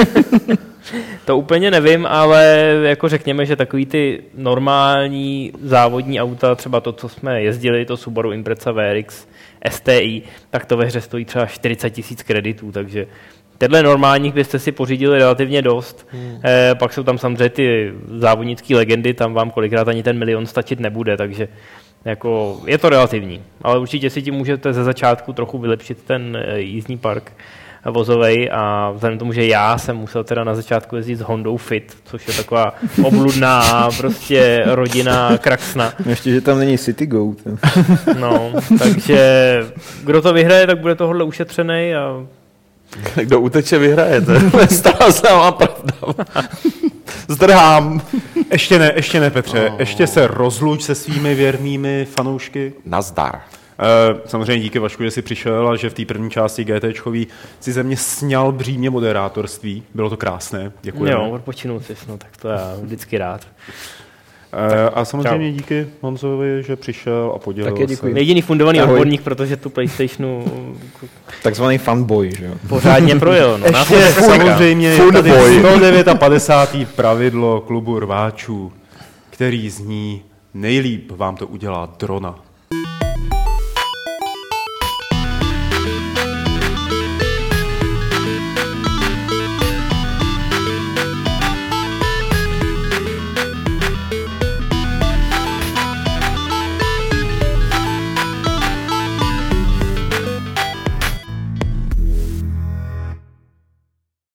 to úplně nevím, ale jako řekněme, že takový ty normální závodní auta, třeba to, co jsme jezdili, to Subaru Impreza V R X S T I, tak to ve hře stojí třeba čtyřicet tisíc kreditů, takže tenhle normálních byste si pořídili relativně dost. Hmm. Eh, pak jsou tam samozřejmě ty závodnické legendy, tam vám kolikrát ani ten milion stačit nebude, takže jako je to relativní, ale určitě si tím můžete ze začátku trochu vylepšit ten eh, jízdní park. vozovej a vzhledem k tomu, že já jsem musel teda na začátku jezdit s Hondou Fit, což je taková obludná prostě rodina kraksna. Ještě, že tam není City Go. No, takže kdo to vyhraje, tak bude tohle ušetřenej a kdo uteče, vyhraje, to je stará známá pravda. Zdrhám. Ještě ne, ještě ne, Petře. Oh. Ještě se rozluč se svými věrnými fanoušky. Nazdar. E, samozřejmě díky, Vašku, že jsi přišel a že v té první části GTčkový si ze mě sňal břímě moderátorství. Bylo to krásné. Děkuji. Jo, odpočinu si, no tak to já vždycky rád. E, a samozřejmě čau. Díky Honzovi, že přišel a podělil Také děkuji. se. Jediný fundovaný Ahoj. odborník, protože tu PlayStationu Takzvaný fanboy, že jo? pořádně projel. No. Ještě samozřejmě je tady Fanboy. sto devátý pravidlo klubu rváčů, který zní nejlíp vám to udělá drona.